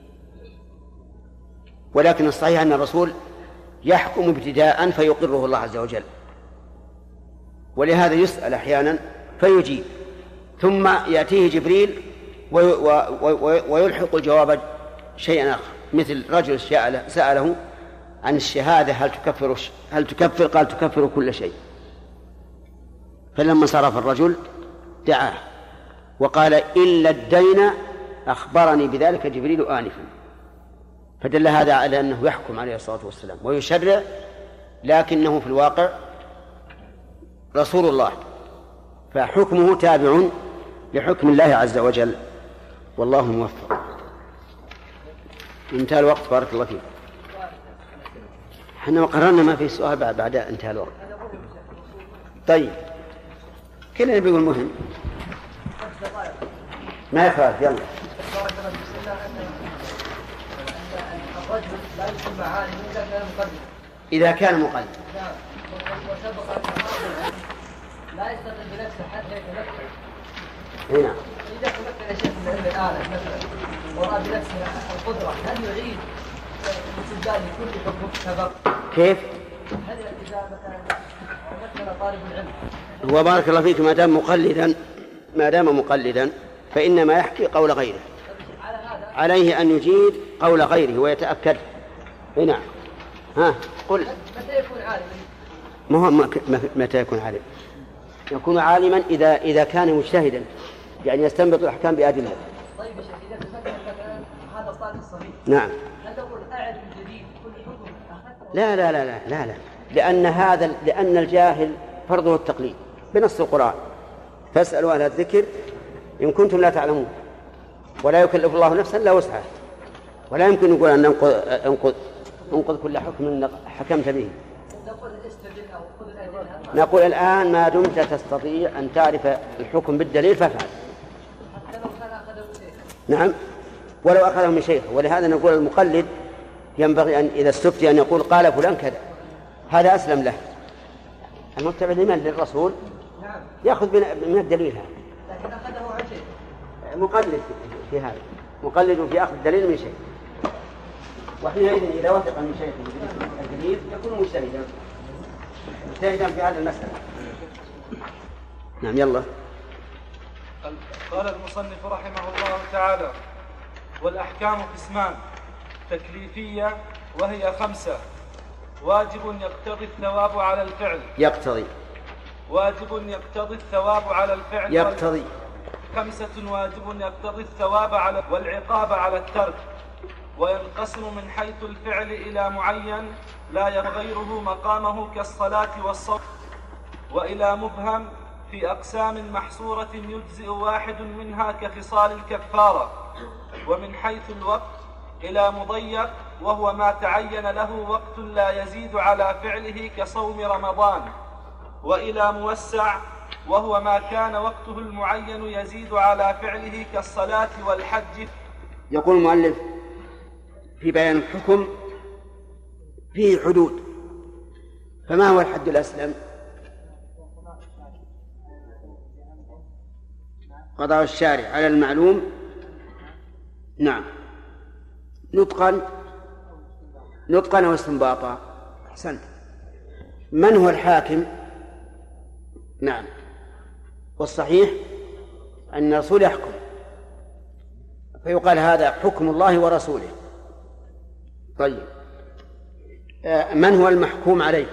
ولكن الصحيح أن الرسول يحكم ابتداء فيقره الله عز وجل، ولهذا يسأل أحيانا فيجيب، ثم يأتيه جبريل ويلحق الجواب شيئا آخر، مثل رجل سأله عن الشهادة هل تكفر؟ قال: تكفر كل شيء. فلما صرف الرجل دعاه وقال: إلا الدين أخبرني بذلك جبريل آنفا. فدل هذا على أنه يحكم عليه الصلاة والسلام ويشرع، لكنه في الواقع رسول الله، فحكمه تابع لحكم الله عز وجل، والله موفق. انتهى الوقت، بارك الله فيك. احنا قررنا ما في سؤال بعد انتهى الوقت. طيب، كلنا بيقول مهم ما يخالف. يلا. الرجل لا يكون معاني إذا كان مقلد. إذا كان مقلد. وسبق أن لا يستقل بنفسه حتى يتمكن. هنا. إذا تمكن شيء من علم الآلة مثلا ورأى بنفسه القدرة، هل يعيد استبدال كل حكم سبق؟ كيف؟ هل إذا مثلا تمكن طالب العلم؟ هو بارك الله فيك ما دام مقلدا فإنما يحكي قول غيره، عليه أن يجيد قول غيره ويتأكد. نعم. ها قل. متى يكون عالما؟ ما هو متى يكون عالما؟ يكون عالما إذا كان مجتهدا، يعني يستنبط الأحكام بأدلة. طيب يا شيخ، إذا تفكر مثلا هذا الطالب الصغير. نعم. هل تقول أعد من جديد كل حكم أخذته؟ لا لا لا لا لا، لأن الجاهل فرضه التقليد بنص القرآن: فاسألوا أهل الذكر إن كنتم لا تعلمون، ولا يكلف الله نفسا لا وسعها، ولا يمكن يقول أن انقض كل حكم حكمت به. نقول الآن ما دمت تستطيع أن تعرف الحكم بالدليل فافعل. نعم، ولو أخذه من شيخ. ولهذا نقول المقلد ينبغي أن إذا استفتي أن يقول قال فلان كذا، هذا أسلم له. المتبع لمن؟ للرسول، يأخذ من الدليل هذا. لكن أخذه عن شيء. مقلد في هذا، مقلد في أخذ الدليل من شيء، وحينئذ إذا وثق من شيء الدليل يكون مجتهدا في هذه المسألة. نعم. يلا. قال المصنف رحمه الله تعالى: والأحكام قسمان: تكليفية وهي 5: واجب يقتضي الثواب على الفعل. واجب يقتضي الثواب على الفعل. 5: واجب يقتضي الثواب على والعقاب على الترك. وينقسم من حيث الفعل إلى معين لا يغيره مقامه كالصلاة والصوم، وإلى مبهم في أقسام محصورة يجزئ واحد منها كخصال الكفارة. ومن حيث الوقت إلى مضيق، وهو ما تعين له وقت لا يزيد على فعله كصوم رمضان. وإلى موسع، وهو ما كان وقته المعين يزيد على فعله كالصلاة والحج. يقول المؤلف في بيان الحكم فيه حدود، فما هو الحد الأسلم؟ قضاء الشارع على المعلوم. نعم. نطقا أو استنباطا. أحسنت. من هو الحاكم؟ نعم. والصحيح أن الرسول يحكم، فيقال هذا حكم الله ورسوله. طيب، من هو المحكوم عليه؟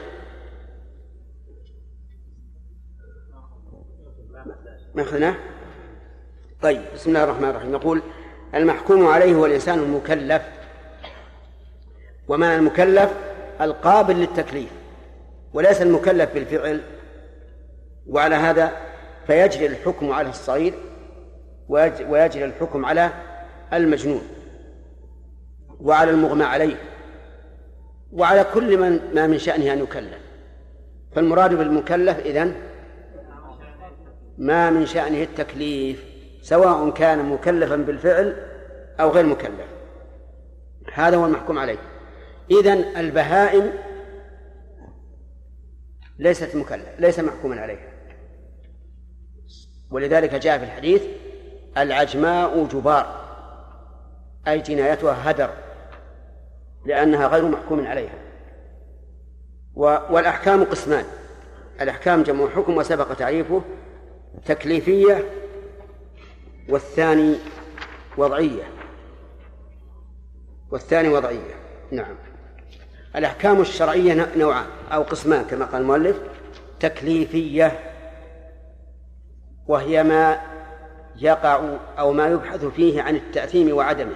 ماخذناه. طيب، بسم الله الرحمن الرحيم. يقول المحكوم عليه هو الإنسان المكلف. ومعنى المكلف القابل للتكليف، وليس المكلف بالفعل. وعلى هذا فيجري الحكم على الصغير ويجري الحكم على المجنون وعلى المغمى عليه وعلى كل ما من شأنه أن يكلف. فالمراد بالمكلف إذن ما من شأنه التكليف، سواء كان مكلفا بالفعل أو غير مكلف. هذا هو المحكوم عليه. إذن البهائم ليس محكوما عليها، ولذلك جاء في الحديث العجماء جبار، أي جنايتها هدر، لأنها غير محكوم عليها. والأحكام قسمان: الأحكام جمع حكم وسبق تعريفه، تكليفية والثاني وضعية. نعم. الأحكام الشرعية نوعان أو قسمان كما قال المؤلف: تكليفية وهي ما يقع أو ما يبحث فيه عن التأثيم وعدمه،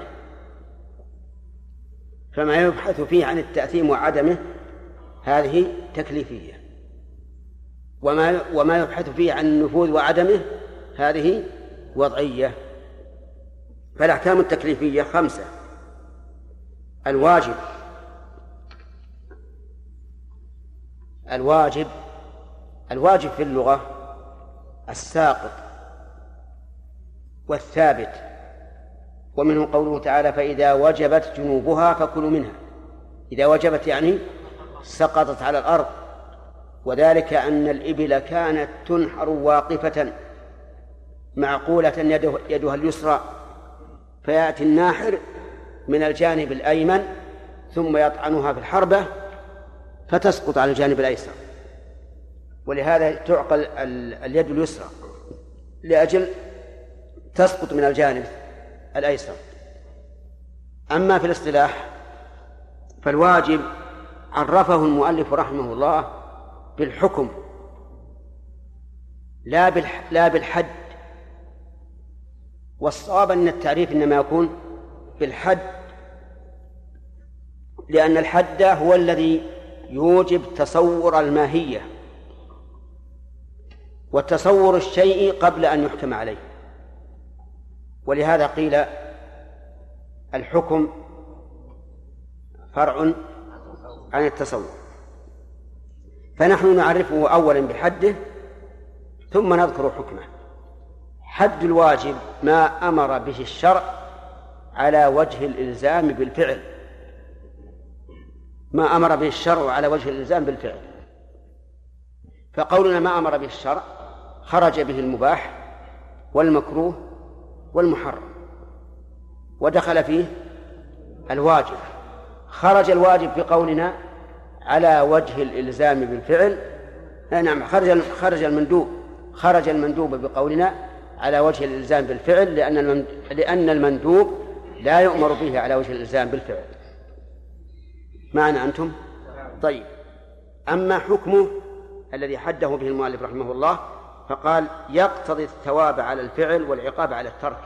فما يبحث فيه عن التأثيم وعدمه هذه تكليفية، وما يبحث فيه عن النفوذ وعدمه هذه وضعية. فالأحكام التكليفية 5: الواجب في اللغة الساقط والثابت، ومنه قوله تعالى: فإذا وجبت جنوبها فكلوا منها. إذا وجبت يعني سقطت على الأرض، وذلك أن الإبل كانت تنحر واقفة معقولة يدها اليسرى، فيأتي الناحر من الجانب الأيمن ثم يطعنها في الحربة فتسقط على الجانب الأيسر، ولهذا تعقل اليد اليسرى لأجل تسقط من الجانب الأيسر. أما في الاصطلاح فالواجب عرفه المؤلف رحمه الله بالحكم لا بالحد، والصواب أن التعريف إنما يكون بالحد، لأن الحد هو الذي يوجب تصور الماهية وتصور الشيء قبل أن يحكم عليه. ولهذا قيل الحكم فرع عن التصور. فنحن نعرفه أولا بحده ثم نذكر حكمه. حد الواجب ما أمر به الشرع على وجه الإلزام بالفعل، ما أمر به الشرع على وجه الإلزام بالفعل. فقولنا ما أمر به الشرع خرج به المباح والمكروه والمحرم، ودخل فيه الواجب. خرج الواجب بقولنا على وجه الإلزام بالفعل. نعم، خرج المندوب بقولنا على وجه الإلزام بالفعل، لأن المندوب لا يؤمر به على وجه الإلزام بالفعل. معنا أنتم؟ طيب، أما حكمه الذي حده به المؤلف رحمه الله فقال: يقتضي الثواب على الفعل والعقاب على الترك.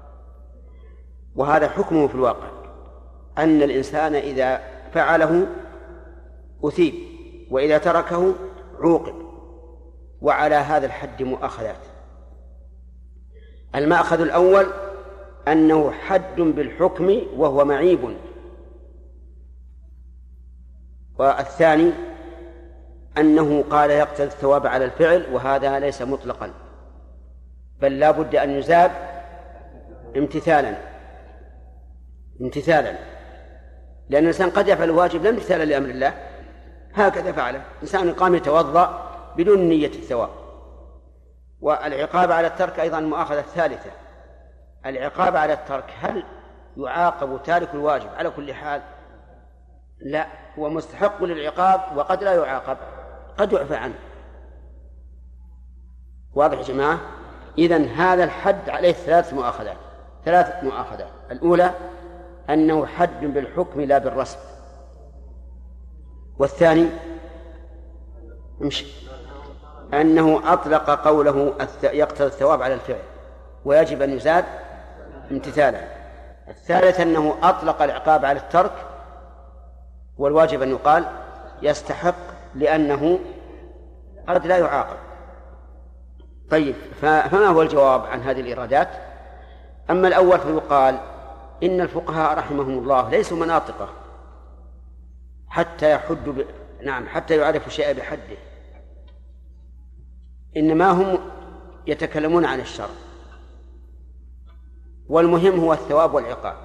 وهذا حكمه في الواقع، أن الإنسان إذا فعله أثيب وإذا تركه عوقب. وعلى هذا الحد مؤاخذات. المأخذ الأول أنه حد بالحكم وهو معيب، والثاني أنه قال يقتضي الثواب على الفعل، وهذا ليس مطلقا، بل لا بد أن يزاد امتثالا، لأن الإنسان قد يفعل الواجب لا امتثالا لأمر الله. هكذا فعله إنسان قام يتوضأ بدون نية الثواب. والعقاب على الترك أيضا مؤاخذة ثالثة. العقاب على الترك، هل يعاقب تارك الواجب على كل حال؟ لا، هو مستحق للعقاب وقد لا يعاقب، قد يعفى عنه. واضح يا جماعة؟ إذن هذا الحد عليه 3 مؤاخذات: 3 مؤاخذات. الأولى أنه حد بالحكم لا بالرسم، والثاني أنه أطلق قوله يقتضي الثواب على الفعل ويجب أن يزاد امتثالا. الثالث أنه أطلق العقاب على الترك والواجب أن يقال يستحق لأنه قد لا يعاقب. طيب، فما هو الجواب عن هذه الإرادات؟ أما الأول فيقال إن الفقهاء رحمهم الله ليسوا مناطقة حتى حتى يعرفوا شيئا بحده، إنما هم يتكلمون عن الشرع، والمهم هو الثواب والعقاب،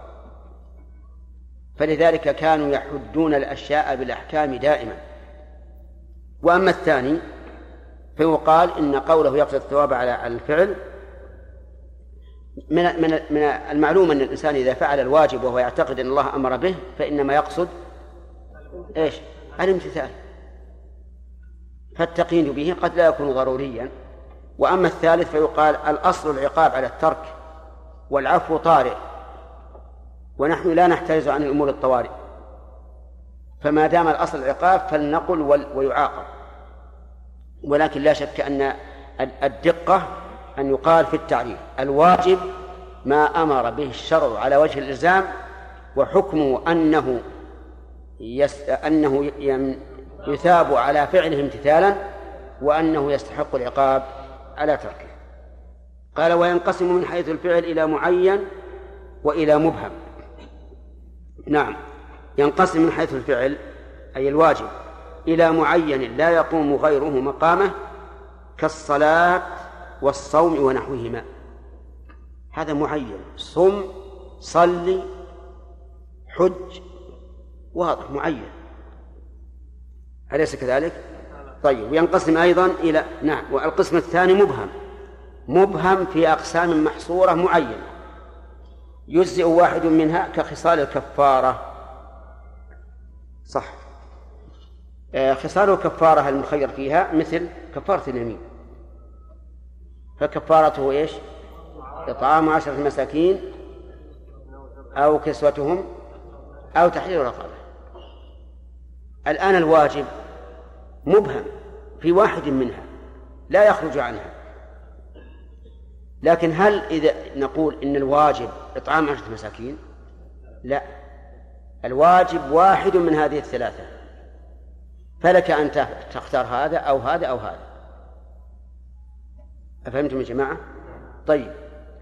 فلذلك كانوا يحدون الأشياء بالأحكام دائما. وأما الثاني فيقال إن قوله يقتضي الثواب على الفعل من المعلوم أن الإنسان إذا فعل الواجب وهو يعتقد أن الله أمر به فإنما يقصد الامتثال، فالتقييد به قد لا يكون ضروريا. وأما الثالث فيقال الأصل العقاب على الترك والعفو طارئ، ونحن لا نحترز عن الأمور الطوارئ، فما دام الأصل العقاب فلنقل ويعاقب. ولكن لا شك أن الدقة أن يقال في التعريف الواجب ما أمر به الشرع على وجه الإلزام، وحكمه أنه يثاب على فعله امتثالا، وأنه يستحق العقاب على تركه. قال وينقسم من حيث الفعل إلى معين وإلى مبهم. نعم، ينقسم من حيث الفعل أي الواجب إلى معين لا يقوم غيره مقامه كالصلاة والصوم ونحوهما. هذا معين، صم، صلي، حج، واضح معين، أليس كذلك؟ طيب، وينقسم أيضا إلى والقسم الثاني مبهم في أقسام محصورة معينة يجزئ واحد منها كخصال الكفارة. صح، خصال الكفارة المخير فيها مثل كفارة اليمين، فكفارته إيش؟ إطعام 10 مساكين أو كسوتهم أو تحرير رقبة. الآن الواجب مبهم في واحد منها لا يخرج عنها، لكن هل إذا نقول إن الواجب إطعام 10 مساكين؟ لا، الواجب واحد من هذه الثلاثة، فلك أن تختار هذا أو هذا أو هذا. أفهمتم يا جماعة؟ طيب،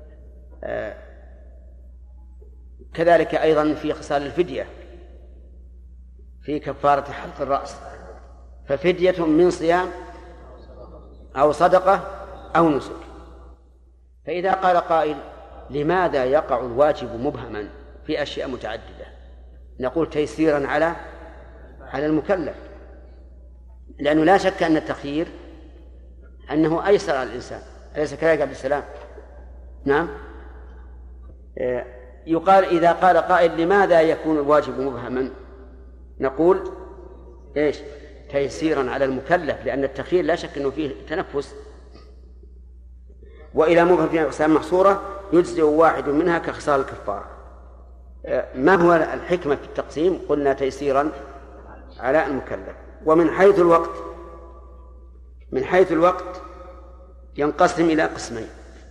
كذلك أيضا في خصال الفدية في كفارة حلق الرأس، ففدية من صيام أو صدقة أو نسك. فإذا قال قائل لماذا يقع الواجب مبهما في أشياء متعددة؟ نقول تيسيرا على المكلف، لأنه لا شك أن التخيير أنه أيسر على الإنسان، أليس كذلك عبد السلام؟ نعم، يقال إذا قال قائل لماذا يكون الواجب مبهما؟ نقول إيش؟ تيسيرا على المكلف، لأن التخيير لا شك أنه فيه تنفس. وإلى مبهم في أقسام محصورة يجزئ واحد منها كخصال الكفارة. ما هو الحكمة في التقسيم؟ قلنا تيسيرا على المكلف. ومن حيث الوقت ينقسم إلى قسمين: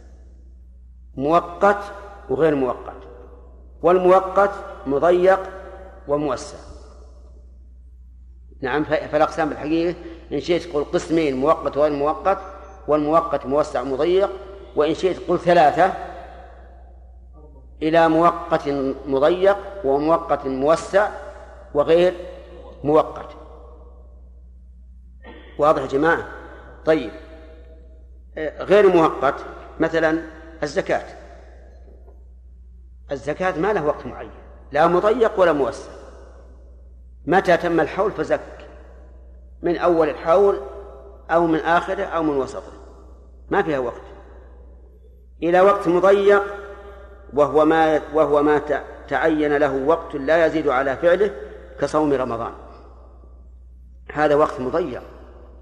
مؤقت وغير مؤقت. والمؤقت مضيق وموسع. نعم، فالأقسام بالحقيقة إن شئت قل قسمين: مؤقت وغير مؤقت، والمؤقت موسع ومضيق. وإن شئت قل 3 إلى مؤقت مضيق ومؤقت موسع وغير مؤقت. واضح يا جماعة؟ طيب، غير مؤقت مثلا الزكاة ما له وقت معين، لا مضيق ولا موسع. متى تم الحول فزك، من أول الحول أو من آخره أو من وسطه، ما فيها وقت. إلى وقت مضيق وهو ما تعين له وقت لا يزيد على فعله كصوم رمضان، هذا وقت مضيق.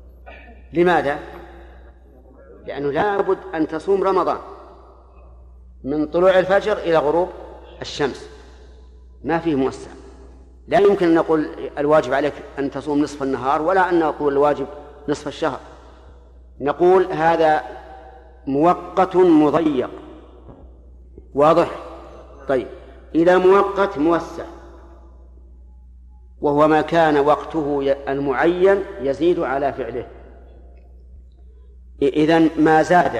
لماذا؟ لأنه لا بد أن تصوم رمضان، من طلوع الفجر إلى غروب الشمس، ما فيه موسع. لا يمكن أن نقول الواجب عليك أن تصوم نصف النهار، ولا أن نقول الواجب نصف الشهر. نقول هذا مؤقت مضيق، واضح؟ طيب، إذا مؤقت موسع، وهو ما كان وقته المعين يزيد على فعله. إذن ما زاد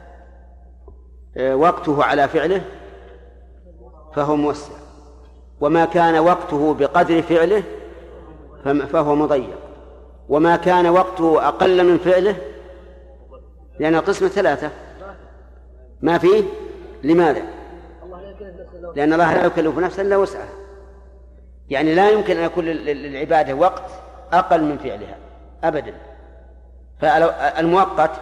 وقته على فعله فهو موسع، وما كان وقته بقدر فعله فهو مضيق، وما كان وقته أقل من فعله، لأن القسمة 3 ما فيه. لماذا؟ لأن الله لا يكلف نفسا إلا وسعها، يعني لا يمكن أن يكون للعبادة وقت أقل من فعلها أبدا. فالمؤقت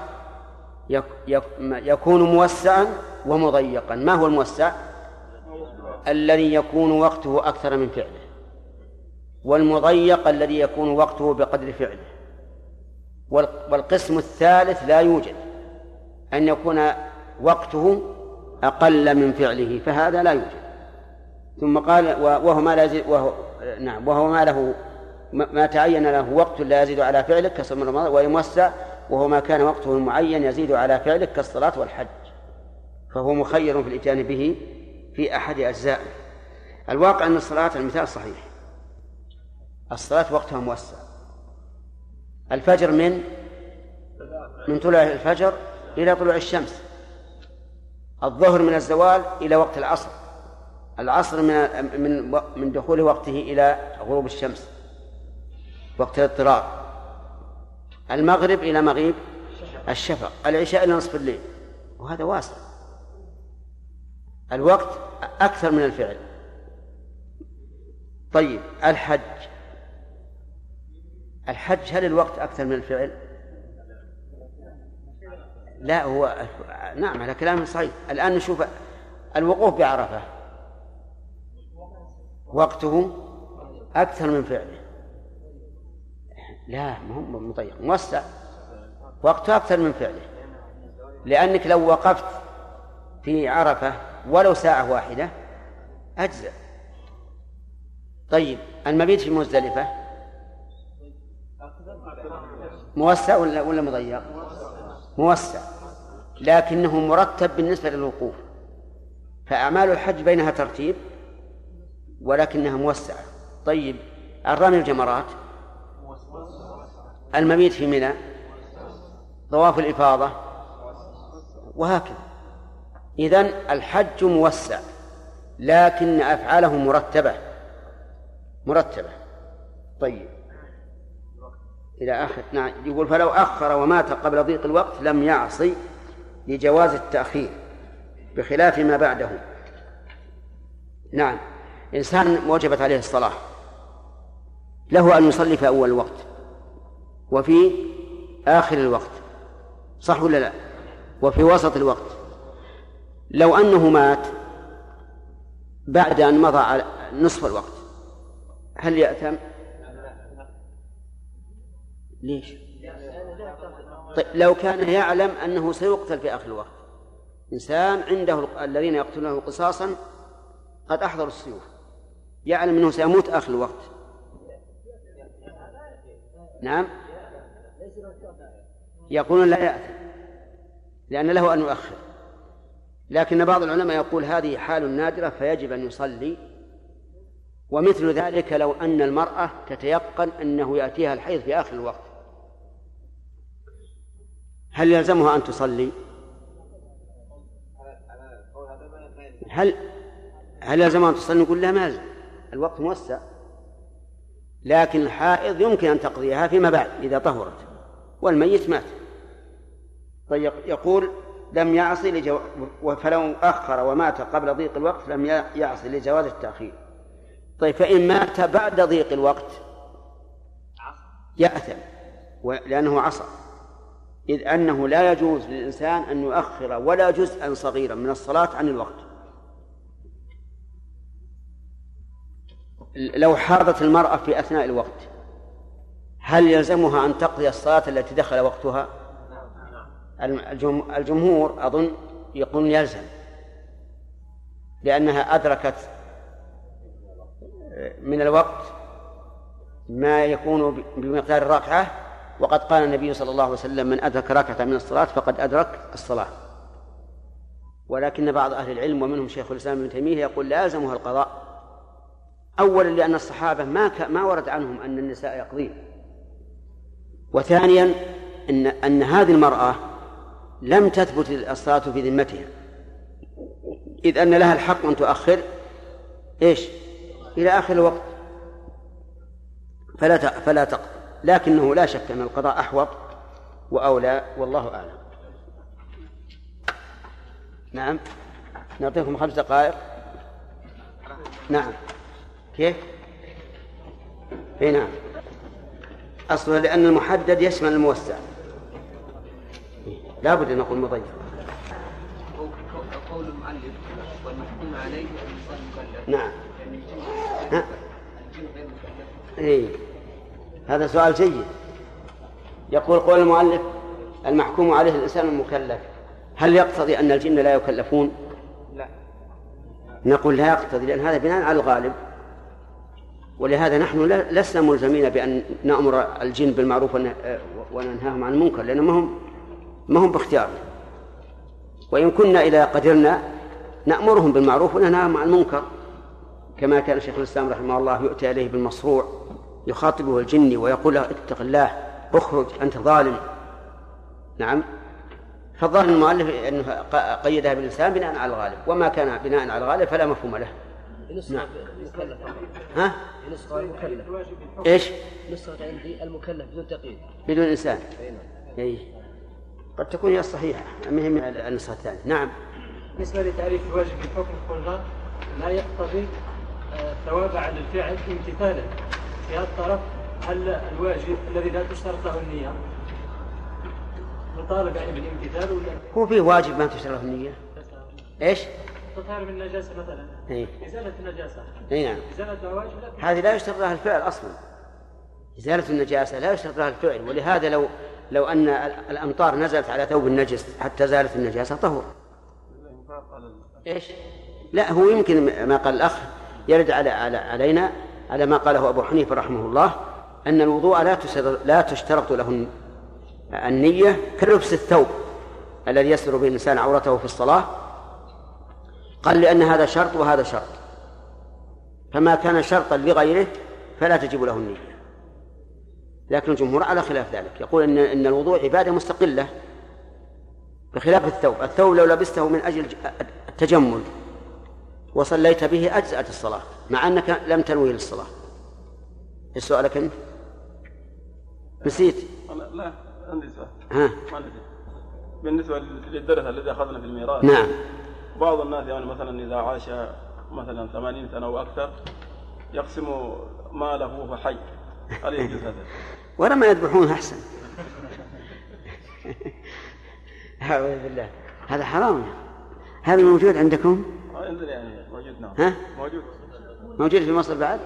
يكون موسعا ومضيقا. ما هو الموسع؟ الذي يكون وقته أكثر من فعله، والمضيق الذي يكون وقته بقدر فعله. والقسم الثالث لا يوجد، أن يكون وقته أقل من فعله، فهذا لا يوجد. ثم قال وهو ما لا يزيد، وهو ما له ما تعين له وقت لا يزيد على فعله كصوم رمضان، ويموسع وهو ما كان وقته المعين يزيد على فعله كالصلاة والحج، فهو مخير في الإتيان به في أحد أجزائه. الواقع أن الصلاة المثال صحيح، الصلاة وقتها موسع. الفجر من طلوع الفجر إلى طلوع الشمس، الظهر من الزوال إلى وقت العصر، العصر من دخول وقته إلى غروب الشمس وقت الاضطرار، المغرب إلى مغيب الشفق، العشاء إلى نصف الليل، وهذا واسع. الوقت أكثر من الفعل. طيب، الحج هل الوقت أكثر من الفعل؟ لا، هو نعم، هذا كلام صحيح. الآن نشوف الوقوف بعرفة وقته أكثر من فعله. لا، مهم مضيق، موسع، وقته أكثر من فعله، لأنك لو وقفت في عرفة ولو ساعة واحدة أجزأ. طيب، المبيت في مزدلفة موسع ولا مضيق؟ موسع، لكنه مرتب بالنسبة للوقوف، فأعمال الحج بينها ترتيب ولكنها موسعة. طيب، الرمي الجمرات، المبيت في منى، طواف الإفاضة، وهكذا. إذن الحج موسع، لكن أفعاله مرتبة. طيب، إلى آخر. نعم، يقول فلو أخر ومات قبل ضيق الوقت لم يعصي لجواز التأخير بخلاف ما بعده. نعم، إنسان وجبت عليه الصلاة، له أن يصلي في أول الوقت وفي آخر الوقت، صح ولا لا؟ وفي وسط الوقت. لو أنه مات بعد أن مضى على نصف الوقت هل يأثم؟ ليش؟ طيب، لو كان يعلم أنه سيقتل في آخر الوقت، إنسان عنده الذين يقتلونه قصاصا قد أحضروا السيوف، يعلم أنه سيموت آخر الوقت، نعم، يقولون لا يأثم لأن له أن يؤخر. لكن بعض العلماء يقول هذه حال نادرة فيجب أن يصلي. ومثل ذلك لو أن المرأة تتيقن أنه يأتيها الحيض في آخر الوقت، هل يلزمها أن تصلي؟ هل يلزمها أن تصلي؟ نقول لا، ما يلزم، الوقت موسع، لكن الحائض يمكن أن تقضيها فيما بعد إذا طهرت، والميت مات. طيب، يقول لم يعصي فلو أخر ومات قبل ضيق الوقت لم يعصي لجواز التأخير. طيب، فإن مات بعد ضيق الوقت يأثم لأنه عصى، إذ أنه لا يجوز للإنسان أن يؤخر ولا جزءا صغيرا من الصلاة عن الوقت. لو حاضت المرأة في أثناء الوقت هل يلزمها أن تقضي الصلاة التي دخل وقتها؟ الجمهور أظن يقول يلزم، لأنها أدركت من الوقت ما يكون بمقدار الركعة، وقد قال النبي صلى الله عليه وسلم: من أدرك ركعة من الصلاة فقد أدرك الصلاة. ولكن بعض أهل العلم ومنهم شيخ الإسلام ابن تيمية يقول لازمها القضاء، أولا لأن الصحابة ما ورد عنهم أن النساء يقضين، وثانيا أن هذه المرأة لم تثبت الصلاة في ذمتها، إذ أن لها الحق أن تؤخر إلى آخر الوقت، فلا تقضي. لكنه لا شك أن القضاء أحوط وأولى، والله أعلم. نعم، نعطيكم 5 دقائق. نعم، كيف؟ نعم، أصلا لأن المحدد يشمل الموسع، لا بد أن نقول مضيف. قول المؤلف والمحكوم عليه الإنسان مكلف. نعم. هذا سؤال جيد. يقول قول المؤلف المحكوم عليه الإنسان المكلف، هل يقتضي أن الجن لا يكلفون؟ لا. نقول لا يقتضي، لأن هذا بناء على الغالب، ولهذا نحن لسنا ملزمين بأن نأمر الجن بالمعروف وننهاهم عن المنكر، لأنهم ما هم باختيار. وإن كنا إذا قدرنا نأمرهم بالمعروف وننهاهم عن المنكر، كما كان شيخ الإسلام رحمه الله يؤتي إليه بالمصروع يخاطبه الجن ويقول له: اتق الله، اخرج، أنت ظالم. نعم، فالظاهر المؤلف أنه قيدها بالإنسان بناء على الغالب، وما كان بناء على الغالب فلا مفهوم له. نعم. ها؟ نسخة المكلف. إيش؟ نسخة عندي المكلف بدون تقييد. بدون إنسان. إيه. قد تكون هي الصحيحة، المهم النسخة الثانية. نعم. بالنسبة لتعريف الواجب بحكم القرآن لا يقتضي ثواب على الفعل امتثالا. في هذا الطرف هل الواجب الذي لا تشترط له النية مطالب يعني بالامتثال ولا؟ هو فيه واجب ما تشترط له النية. إيش؟ تطهير من النجاسة مثلا. إيه. إزالة النجاسة. إيه نعم. إزالة الواجب هذه لا يشترط لها الفعل أصلا. إزالة النجاسة لا يشترط لها الفعل، ولهذا لو أن الأمطار نزلت على ثوب النجس حتى زالت النجاسة طهور. إيش؟ لا، هو يمكن ما قال الأخ يرد علينا على ما قاله أبو حنيفة رحمه الله، أن الوضوء لا تشترط له النية كلبس الثوب الذي يستر به الإنسان عورته في الصلاة. قال لأن هذا شرط وهذا شرط، فما كان شرطا لغيره فلا تجب له النية. لكن الجمهور على خلاف ذلك، يقول إن الوضوء عبادة مستقلة بخلاف الثوب لو لبسته من أجل التجمل وصليت به أجزأت الصلاة مع أنك لم تنوي للصلاة. إيش سؤالك أنت؟ نسيت؟ لا عندي سؤال. ها؟ بالنسبة للدرس الذي أخذنا في الميراث. نعم. بعض الناس يعني مثلا إذا عاش مثلا 80 سنة وأكثر يقسم ماله وهو حي، هل يجوز هذا؟ ولا ما يذبحون أحسن. أعوذ بالله، هذا حرام. هذا موجود عندكم؟ عندنا يعني موجود. نعم. ها؟ موجود في مصر بعد؟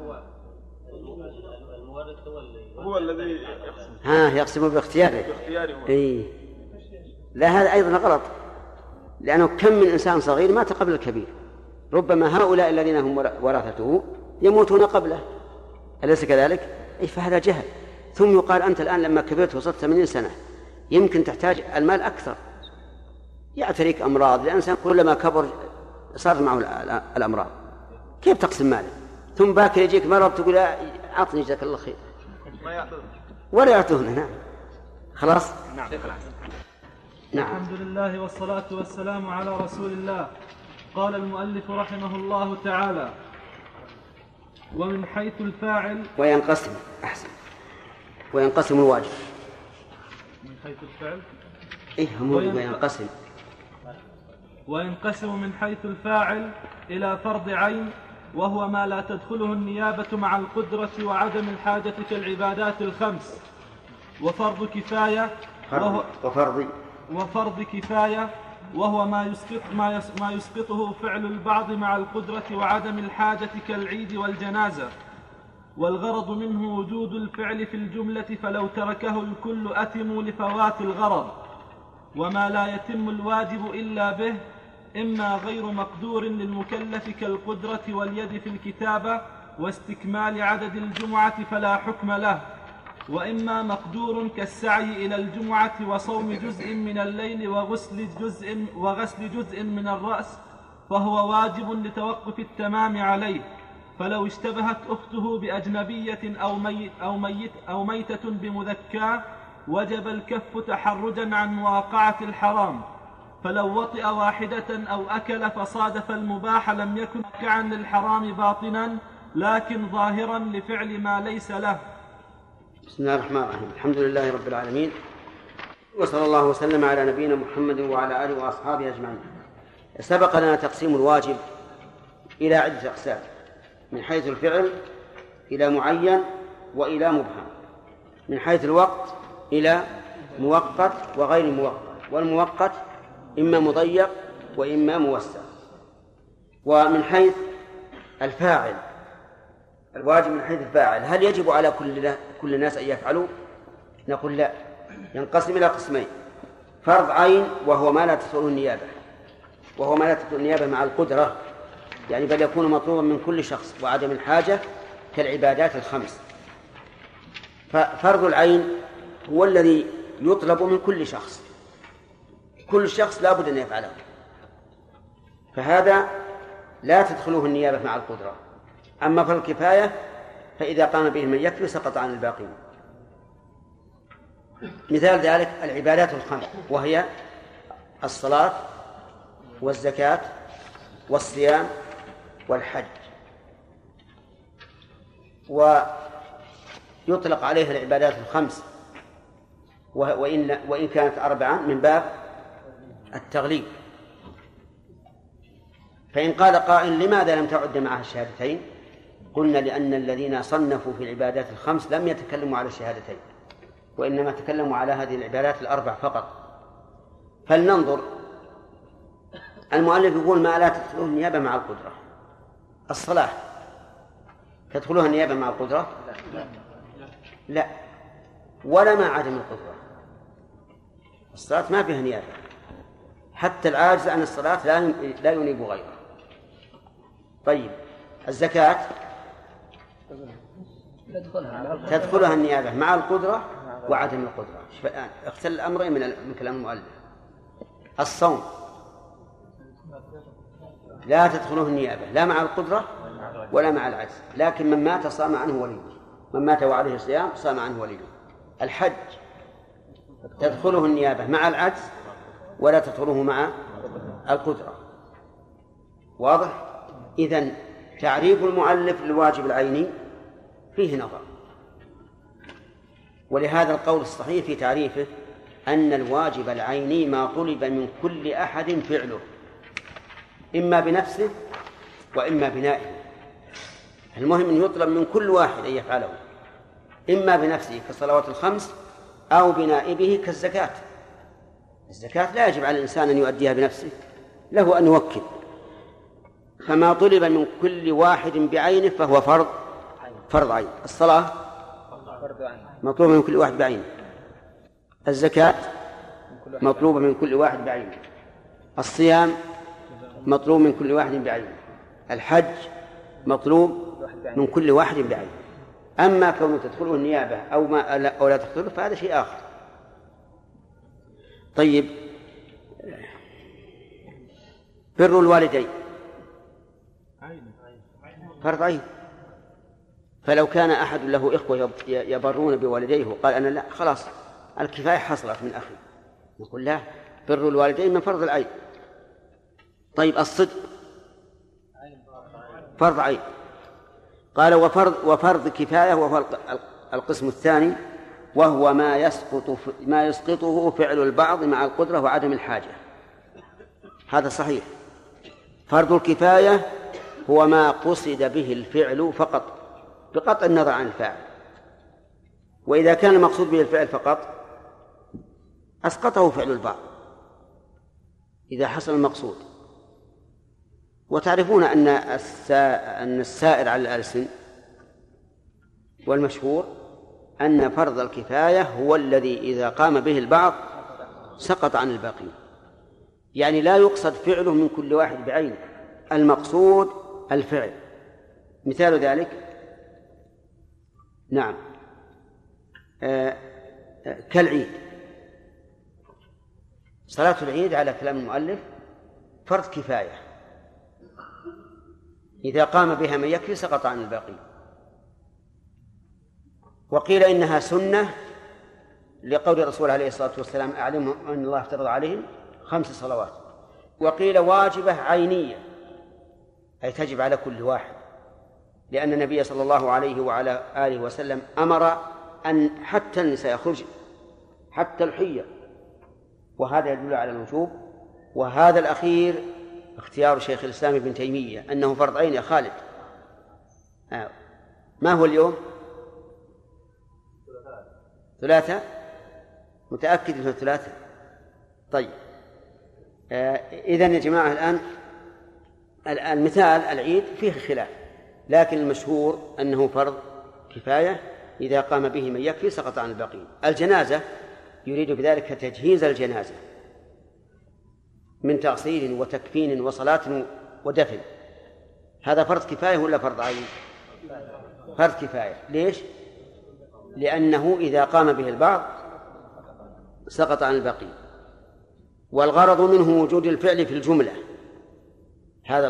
هو الذي يقسم. يقسم باختياره. إيه. لا، هذا أيضا غلط، لأنه كم من إنسان صغير مات قبل الكبير، ربما هؤلاء الذين هم ورثته يموتون قبله، أليس كذلك؟ فهذا جهل. ثم يقال أنت الآن لما كبرت وصلت 80 سنة يمكن تحتاج المال أكثر، يعتريك أمراض، الإنسان كلما كبر صارت معه الأمراض، كيف تقسم ماله؟ ثم باكر يجيك مرض تقول أعطني جزاك الله خير، ما يعطون ولا يعطون. نعم، خلاص. نعم. الحمد لله والصلاة والسلام على رسول الله. قال المؤلف رحمه الله تعالى: ومن حيث الفاعل وينقسم الواجب من حيث الفعل وينقسم من حيث الفاعل إلى فرض عين، وهو ما لا تدخله النيابة مع القدرة وعدم الحاجة كالعبادات الخمس، وفرض كفاية وفرض كفاية وهو ما يسقطه فعل البعض مع القدرة وعدم الحاجة كالعيد والجنازة، والغرض منه وجود الفعل في الجملة، فلو تركه الكل أثموا لفوات الغرض. وما لا يتم الواجب إلا به إما غير مقدور للمكلف كالقدرة واليد في الكتابة واستكمال عدد الجمعة فلا حكم له، وإما مقدور كالسعي إلى الجمعة وصوم جزء من الليل وغسل جزء من الرأس فهو واجب لتوقف التمام عليه. فلو اشتبهت أخته بأجنبية أو ميتة بمذكاة وجب الكف تحرجا عن مواقعة الحرام. فلو وطئ واحدة أو أكل فصادف المباح لم يكن واقعا للحرام باطنا لكن ظاهرا لفعل ما ليس له. بسم الله الرحمن الرحيم. الحمد لله رب العالمين، وصلى الله وسلم على نبينا محمد وعلى آله وأصحابه أجمعين. سبق لنا تقسيم الواجب إلى عدة أقسام، من حيث الفعل إلى معين وإلى مبهم، من حيث الوقت إلى مؤقت وغير مؤقت، والمؤقت إما مضيق وإما موسع. ومن حيث الفاعل، الواجب من حيث الفاعل، هل يجب على كل الناس أن يفعلوا؟ نقول لا، ينقسم إلى قسمين: فرض عين وهو ما لا تدخله النيابة، وهو ما لا تدخل النيابة مع القدرة، يعني بل يكون مطلوبا من كل شخص وعدم الحاجة كالعبادات الخمس. ففرض العين هو الذي يطلب من كل شخص، كل شخص لا بد أن يفعله، فهذا لا تدخله النيابة مع القدرة. أما فرض الكفاية فإذا قام به من يكفي سقط عن الباقين. مثال ذلك العبادات الخمس، وهي الصلاة والزكاة والصيام والحج، ويطلق عليها العبادات الخمس وإن كانت 4 من باب التغليب. فإن قال قائل لماذا لم تعد معها الشهادتين؟ قلنا لأن الذين صنفوا في العبادات الخمس لم يتكلموا على الشهادتين، وإنما تكلموا على هذه العبادات ال4 فقط. فلننظر، المؤلف يقول ما لا تدخلها النيابة مع القدرة. الصلاة تدخلها النيابة مع القدرة؟ لا، ولا مع عدم القدرة. الصلاة ما فيها نيابة، حتى العاجز عن الصلاة لا ينيب غيره. طيب الزكاة تدخلها النيابة مع القدرة وعدم القدرة. اختل الأمرين من كلام المؤلف. الصوم لا تدخله النيابة لا مع القدرة ولا مع العجز، لكن من مات صام عنه وليه، من مات وعليه صيام صام عنه وليه. الحج تدخله النيابة مع العجز ولا تدخله مع القدرة. واضح؟ إذن تعريف المؤلف للواجب العيني فيه نظر، ولهذا القول الصحيح في تعريفه أن الواجب العيني ما طلب من كل أحد فعله، إما بنفسه وإما بنائه. المهم أن يطلب من كل واحد أن يفعله، إما بنفسه كالصلوات الخمس أو بنائبه كالزكاة. الزكاة لا يجب على الإنسان أن يؤديها بنفسه، له أن يوكل. فما طلب من كل واحد بعينه فهو فرض عين. الصلاة مطلوبة من كل واحد بعينه، الزكاة مطلوبة من كل واحد بعينه، الصيام مطلوب من كل واحد بعينه، الحج مطلوب من كل واحد بعينه. أما كونه تدخله النيابة أو لا تدخله فهذا شيء آخر. طيب بر الوالدين فرض عين، فلو كان أحد له إخوة يبرون بوالديه وقال أنا لا، خلاص الكفاية حصلت من أخي، نقول لا، بر الوالدين من فرض العين. طيب الصدق فرض عين، قال وفرض كفاية وهو القسم الثاني، وهو ما يسقطه فعل البعض مع القدرة وعدم الحاجة. هذا صحيح. فرض الكفاية هو ما قصد به الفعل فقط بقطع النظر عن الفاعل، وإذا كان المقصود به الفعل فقط أسقطه فعل البعض إذا حصل المقصود. وتعرفون أن السائر على الألسن والمشهور أن فرض الكفاية هو الذي إذا قام به البعض سقط عن الباقين. يعني لا يقصد فعله من كل واحد بعينه، المقصود الفعل. مثال ذلك نعم كالعيد. صلاة العيد على كلام المؤلف فرض كفاية، إذا قام بها من يكفي سقط عن الباقي. وقيل إنها سنة لقول الرسول عليه الصلاة والسلام أعلمهم أن الله افترض عليهم 5 صلوات. وقيل واجبة عينية، أي تجب على كل واحد، لأن النبي صلى الله عليه وعلى آله وسلم أمر أن حتى النساء يخرج حتى الحية، وهذا يدل على الوجوب. وهذا الأخير اختيار شيخ الإسلام ابن تيمية أنه فرض عين يا خالد. ما هو اليوم؟ 3. متأكد أنه 3؟ طيب إذن يا جماعة الآن المثال العيد فيه خلاف، لكن المشهور أنه فرض كفاية، إذا قام به من يكفي سقط عن الباقين. الجنازة يريد بذلك تجهيز الجنازة من تغسيل وتكفين وصلاة ودفن. هذا فرض كفاية ولا فرض عين؟ فرض كفاية. ليش؟ لأنه إذا قام به البعض سقط عن الباقين. والغرض منه وجود الفعل في الجملة، هذا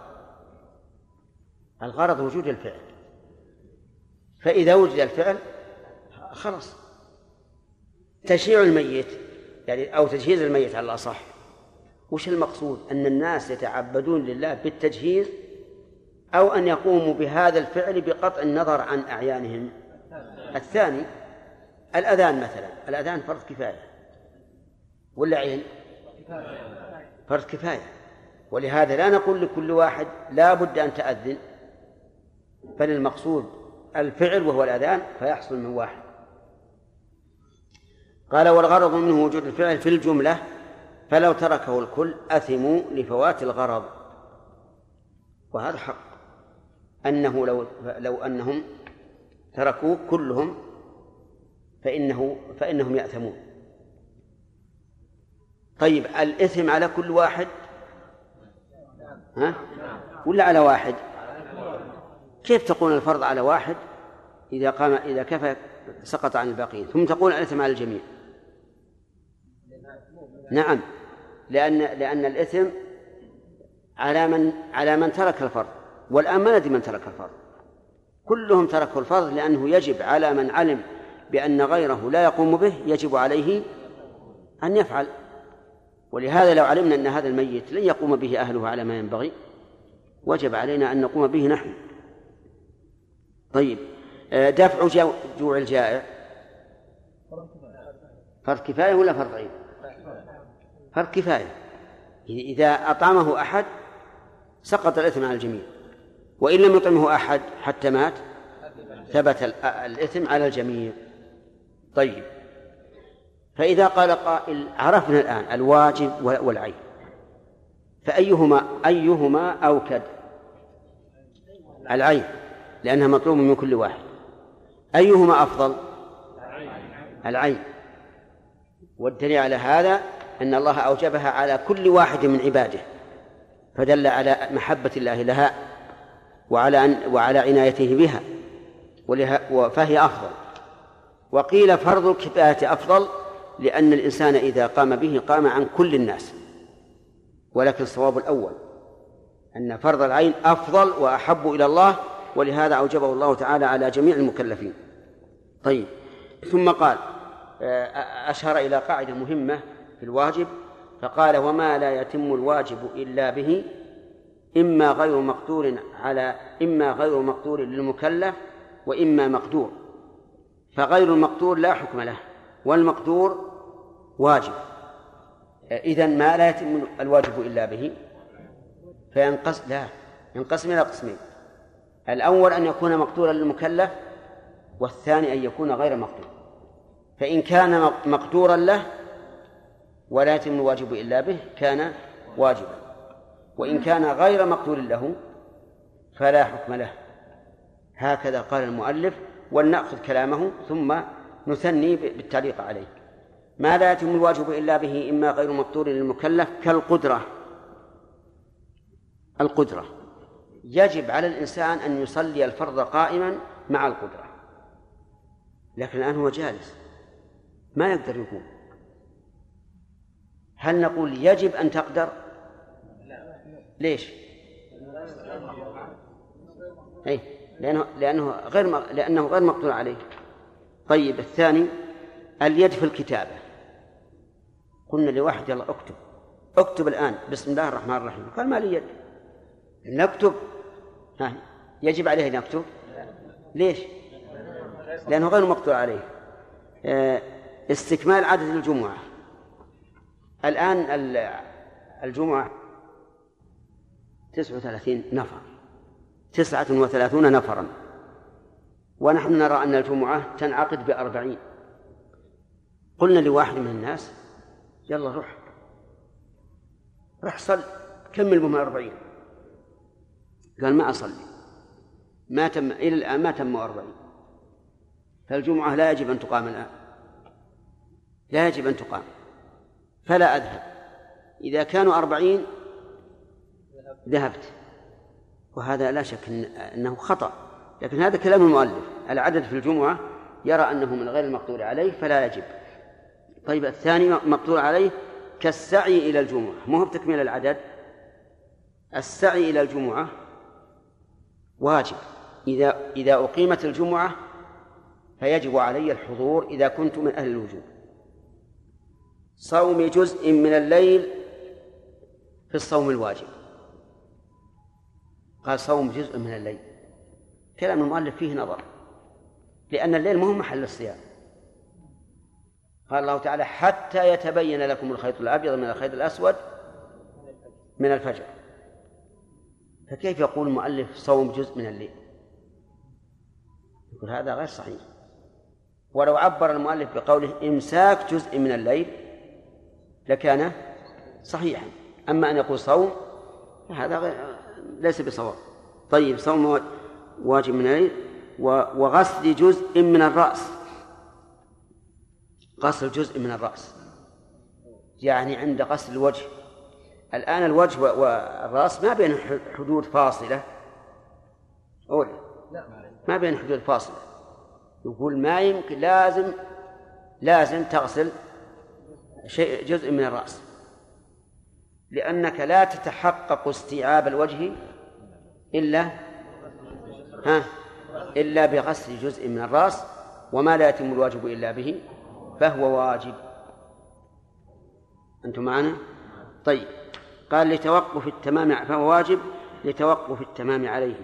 الغرض وجود الفعل. فإذا وجد الفعل خلاص. تشييع الميت يعني أو تجهيز الميت على الأصح، وش المقصود؟ أن الناس يتعبدون لله بالتجهيز، أو أن يقوموا بهذا الفعل بقطع النظر عن أعيانهم. الثاني الأذان مثلا، الأذان فرض كفاية ولا عين؟ فرض كفاية. ولهذا لا نقول لكل واحد لا بد أن تأذن، بل المقصود الفعل وهو الأذان فيحصل من واحد. قال والغرض منه وجود الفعل في الجملة، فلو تركه الكل أثموا لفوات الغرض. وهذا حق، أنه لو أنهم تركوه كلهم فإنهم يأثمون. طيب الإثم على كل واحد ولا على واحد؟ كيف تقول الفرض على واحد إذا كفى سقط عن الباقين، ثم تقول الإثم على الجميع؟ نعم، لأن الإثم على من ترك الفرض، والآن ما ندري من ترك الفرض. كلهم تركوا الفرض، لأنه يجب على من علم بأن غيره لا يقوم به يجب عليه أن يفعل. ولهذا لو علمنا أن هذا الميت لن يقوم به أهله على ما ينبغي وجب علينا أن نقوم به نحن. طيب دفع جوع الجائع فرض كفاية ولا فرض عين؟ فرض كفاية. إذا أطعمه أحد سقط الإثم على الجميع، وإن لم يطعمه أحد حتى مات ثبت الإثم على الجميع. طيب فإذا قال قائل عرفنا الآن الواجب والعين، فأيهما أوكد؟ العين، لأنها مطلوب من كل واحد. أيهما أفضل؟ العين. والدليل على هذا أن الله أوجبها على كل واحد من عباده، فدل على محبة الله لها وعلى عنايته بها، فهي أفضل. وقيل فرض الكفاية أفضل، لأن الإنسان إذا قام به قام عن كل الناس، ولكن الصواب الأول أن فرض العين أفضل وأحب إلى الله، ولهذا أوجبه الله تعالى على جميع المكلفين. طيب ثم قال أشار إلى قاعدة مهمة في الواجب، فقال وما لا يتم الواجب إلا به إما غير مقدور للمكلف وإما مقدور، فغير المقدور لا حكم له والمقدور واجب. إذن ما لا يتم الواجب إلا به ينقسم إلى قسمين: الأول أن يكون مقدورا للمكلف، والثاني أن يكون غير مقدور. فإن كان مقدورا له ولا يتم الواجب إلا به كان واجبا، وإن كان غير مقدور له فلا حكم له. هكذا قال المؤلف، ولنأخذ كلامه ثم نثني بالتعليق عليه. ما لا يتم الواجب إلا به إما غير مقدور للمكلف كالقدرة. القدرة يجب على الإنسان أن يصلي الفرض قائما مع القدرة، لكن الآن هو جالس ما يقدر يقوم. هل نقول يجب أن تقدر؟ ليش؟ أي لأنه غير مقدور عليه. طيب الثاني اليد في الكتابة. قلنا لواحد يلا اكتب الآن بسم الله الرحمن الرحيم، قال ما لي يد. نكتب يجب عليه أن يكتب. ليش؟ لأنه غير مقدور عليه. استكمال عدد الجمعة. الآن الجمعة 39 نفر، 39 نفرا، ونحن نرى أن الجمعة تنعقد ب40. قلنا لواحد من الناس يلا روح صل كمل بهم 40. قال ما أصلي، ما تم إلى الآن ما تم 40. فالجمعة لا يجب أن تقام الآن، لا يجب أن تقام، فلا أذهب. إذا كانوا 40 ذهبت، وهذا لا شك أنه خطأ، لكن هذا كلام المؤلف. العدد في الجمعة يرى أنه من غير المقدور عليه فلا يجب. طيب الثاني مقدور عليه كالسعي إلى الجمعة، مو هو بتكميل العدد. السعي إلى الجمعة واجب. إذا أقيمت الجمعة فيجب علي الحضور إذا كنت من أهل الوجوب. صوم جزء من الليل في الصوم الواجب. قال صوم جزء من الليل، كلام المؤلف فيه نظر، لأن الليل مهم محل الصيام. قال الله تعالى حتى يتبين لكم الخيط الأبيض من الخيط الأسود من الفجر، فكيف يقول المؤلف صوم جزء من الليل؟ يقول هذا غير صحيح. ولو عبر المؤلف بقوله إمساك جزء من الليل لكان صحيحا، أما أن يقول صوم هذا ليس بصواب. طيب صوم واجب من الليل وغسل جزء من الرأس. غسل جزء من الرأس يعني عند غسل الوجه. الآن الوجه والرأس ما بين حدود فاصلة، ما بين حدود فاصلة. يقول ما يمكن، لازم تغسل جزء من الرأس، لأنك لا تتحقق استيعاب الوجه إلا بغسل جزء من الرأس، وما لا يتم الواجب إلا به فهو واجب. أنتم معنا؟ طيب قال لتوقف التمام فهو واجب لتوقف التمام عليه.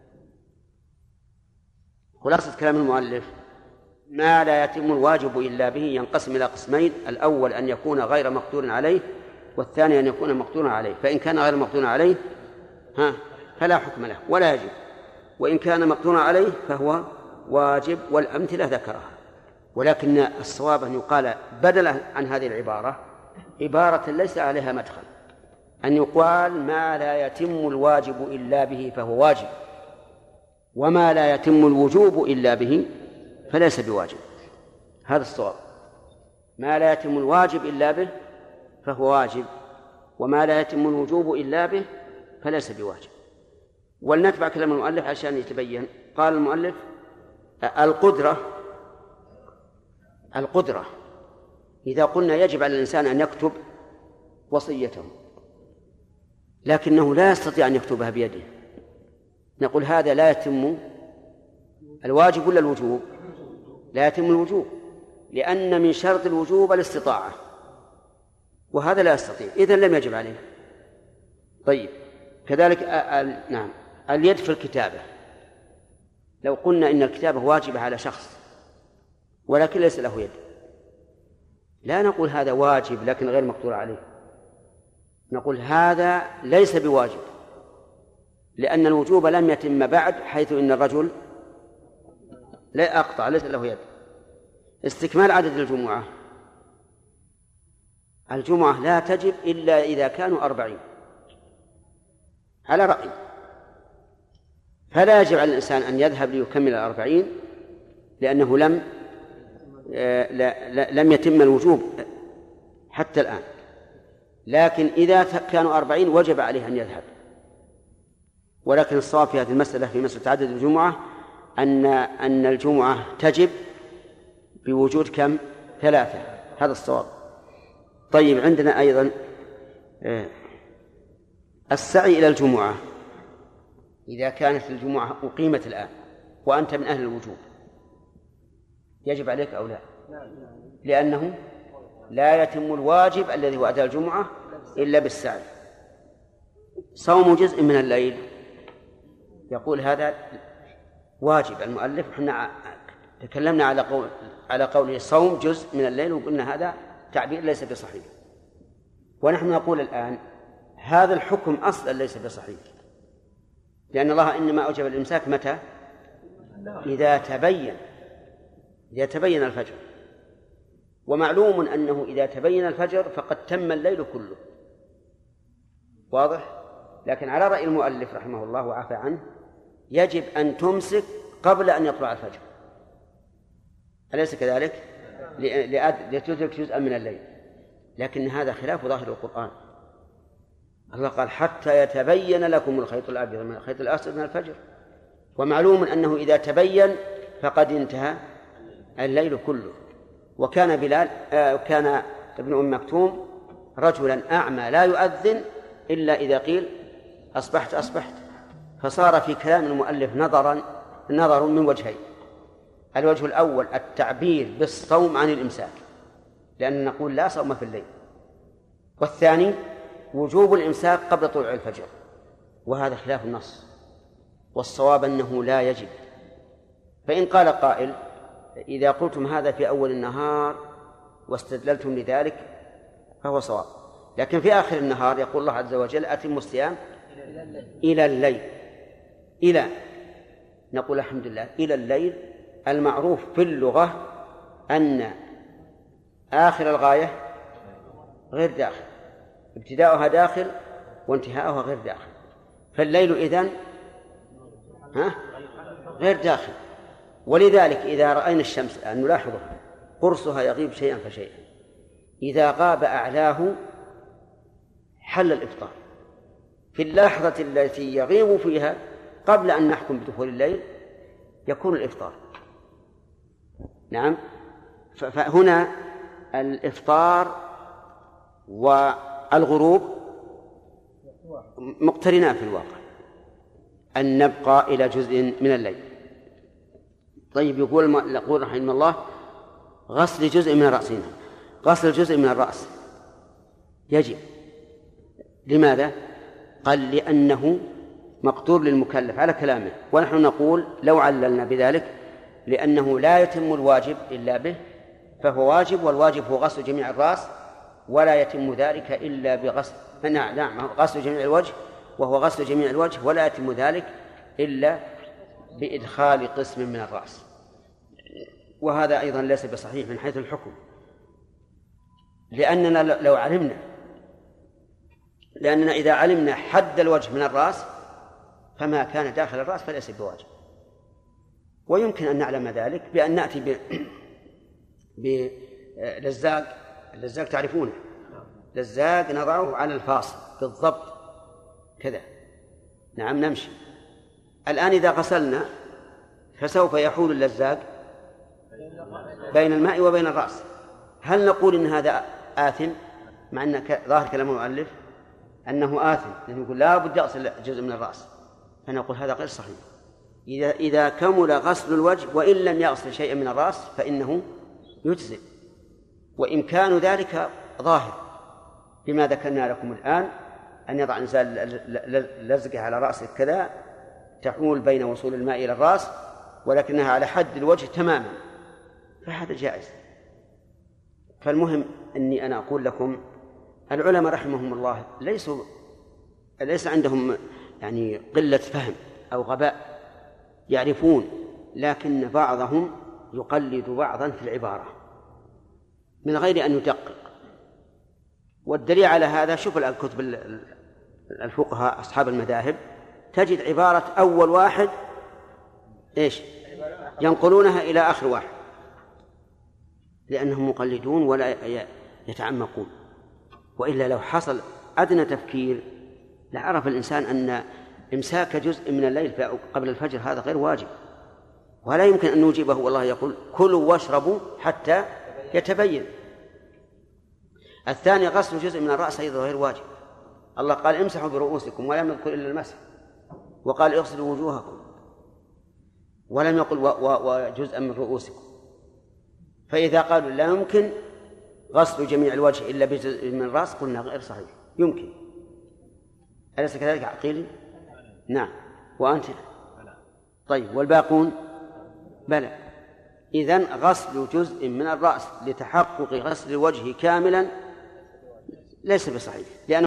خلاصة كلام المؤلف ما لا يتم الواجب إلا به ينقسم إلى قسمين: الأول أن يكون غير مقدور عليه، والثاني أن يكون مقدور عليه. فإن كان غير مقدور عليه فلا حكم له ولا يجب، وإن كان مقدور عليه فهو واجب، والأمثلة ذكرها. ولكن الصواب أن يقال بدلا عن هذه العبارة عبارة ليس عليها مدخل، أن يقال ما لا يتم الواجب إلا به فهو واجب، وما لا يتم الوجوب إلا به فليس بواجب. هذا الصواب. ما لا يتم الواجب إلا به فهو واجب، وما لا يتم الوجوب إلا به فليس بواجب. ولنتبع كلام المؤلف عشان يتبين. قال المؤلف القدرة إذا قلنا يجب على الإنسان أن يكتب وصيته لكنه لا يستطيع أن يكتبها بيده، نقول هذا لا يتم الواجب ولا الوجوب؟ لا يتم الوجوب، لأن من شرط الوجوب الاستطاعة، وهذا لا يستطيع، إذن لم يجب عليه. طيب كذلك نعم اليد في الكتابة. لو قلنا إن الكتابة واجبة على شخص ولكن ليس له يد، لا نقول هذا واجب لكن غير مقدور عليه، نقول هذا ليس بواجب، لأن الوجوب لم يتم بعد، حيث إن الرجل لا أقطع ليس له يد. استكمال عدد الجمعة لا تجب إلا إذا كانوا 40 على رأي، فلا يجب على الإنسان أن يذهب ليكمل 40 لأنه لم يتم الوجوب حتى الآن، لكن إذا كانوا 40 وجب عليه أن يذهب. ولكن الصواب في هذه المسألة، في مسألة تعدد الجمعة، أن الجمعة تجب بوجود كم؟ 3. هذا الصواب. طيب، عندنا أيضا السعي إلى الجمعة. إذا كانت الجمعة أقيمت الآن وأنت من أهل الوجوب، يجب عليك أو لا؟ لأنه لا يتم الواجب الذي هو أداء الجمعة إلا بالسعي. صوم جزء من الليل، يقول هذا واجب. المؤلف احنا تكلمنا على قوله صوم جزء من الليل، وقلنا هذا تعبير ليس بصحيح، ونحن نقول الآن هذا الحكم أصلا ليس بصحيح، لأن الله إنما أوجب الإمساك متى؟ إذا تبين الفجر، ومعلوم أنه إذا تبين الفجر فقد تم الليل كله، واضح؟ لكن على رأي المؤلف رحمه الله وعفى عنه يجب أن تمسك قبل أن يطلع الفجر، أليس كذلك؟ لتدرك جزءا من الليل. لكن هذا خلاف ظاهر القرآن. الله قال حتى يتبين لكم الخيط الأبيض من الخيط الأسود من الفجر، ومعلوم أنه إذا تبين فقد انتهى الليل كله. وكان كان ابن أم مكتوم رجلا أعمى لا يؤذن إلا إذا قيل أصبحت أصبحت، فصار في كلام المؤلف نظر من وجهين. الوجه الأول التعبير بالصوم عن الإمساك، لأن نقول لا صوم في الليل، والثاني وجوب الإمساك قبل طلوع الفجر، وهذا خلاف النص، والصواب أنه لا يجب. فإن قال قائل إذا قلتم هذا في أول النهار واستدللتم لذلك فهو صواب، لكن في آخر النهار يقول الله عز وجل أتموا الصيام إلى الليل. إلى، نقول الحمد لله، إلى الليل المعروف في اللغة أن آخر الغاية غير داخل، ابتداؤها داخل وانتهاؤها غير داخل، فالليل إذن غير داخل. ولذلك إذا رأينا الشمس الآن نلاحظها قرصها يغيب شيئا فشيئا، إذا غاب أعلاه حل الإفطار. في اللحظة التي يغيب فيها قبل أن نحكم بدخول الليل يكون الإفطار. نعم، فهنا الإفطار والغروب مقترنان في الواقع، أن نبقى إلى جزء من الليل. طيب، يقول رحمه الله غسل جزء من رأسنا. غسل جزء من الرأس يجب. لماذا؟ قال لأنه مقدور للمكلف على كلامه، ونحن نقول لو عللنا بذلك لأنه لا يتم الواجب إلا به فهو واجب، والواجب هو غسل جميع الرأس، ولا يتم ذلك إلا بغسل غسل جميع الوجه، وهو غسل جميع الوجه، ولا يتم ذلك إلا بإدخال قسم من الرأس، وهذا أيضا ليس بصحيح من حيث الحكم، لأننا إذا علمنا حد الوجه من الرأس فما كان داخل الرأس فليس بواجب. ويمكن أن نعلم ذلك بأن نأتي بلزاق. اللزاق تعرفونه، لزاق نضعه على الفاصل بالضبط كذا. نعم، نمشي الآن إذا غسلنا فسوف يحول اللزاق بين الماء وبين الرأس. هل نقول إن هذا آثم؟ مع أن ظاهر كلام المؤلف أنه آثم، لأنه يقول لا بد أغسل جزء من الرأس، فنقول هذا غير صحيح. إذا كمل غسل الوجه وإن لم يغسل شيئا من الرأس فإنه يجزئ، وإمكان ذلك ظاهر بما ذكرنا لكم الآن، أن يضع الإنسان لزقه على رأسه كذا تحول بين وصول الماء إلى الرأس ولكنها على حد الوجه تماما، فهذا جائز. فالمهم أني أنا أقول لكم العلماء رحمهم الله ليس عندهم يعني قلة فهم أو غباء، يعرفون، لكن بعضهم يقلد بعضا في العبارة من غير أن يدقق. والدليل على هذا شوف الكتب الفقهاء أصحاب المذاهب تجد عبارة أول واحد إيش ينقلونها إلى آخر واحد، لأنهم مقلدون ولا يتعمقون، وإلا لو حصل أدنى تفكير لعرف الإنسان أن إمساك جزء من الليل قبل الفجر هذا غير واجب، ولا يمكن أن نجيبه والله يقول كلوا واشربوا حتى يتبين. الثاني غسل جزء من الرأس أيضا غير واجب، الله قال امسحوا برؤوسكم ولم يذكر إلا المسح، وقال اغسلوا وجوهكم ولم يقل وجزءا من رؤوسكم. فإذا قالوا لا يمكن غسل جميع الوجه إلا بجزء من الرأس قلنا غير صحيح، يمكن. أليس كذلك عقيل؟ نعم. وأنت؟ طيب والباقون؟ بلى. إذن غسل جزء من الرأس لتحقق غسل الوجه كاملا ليس بصحيح، لأنه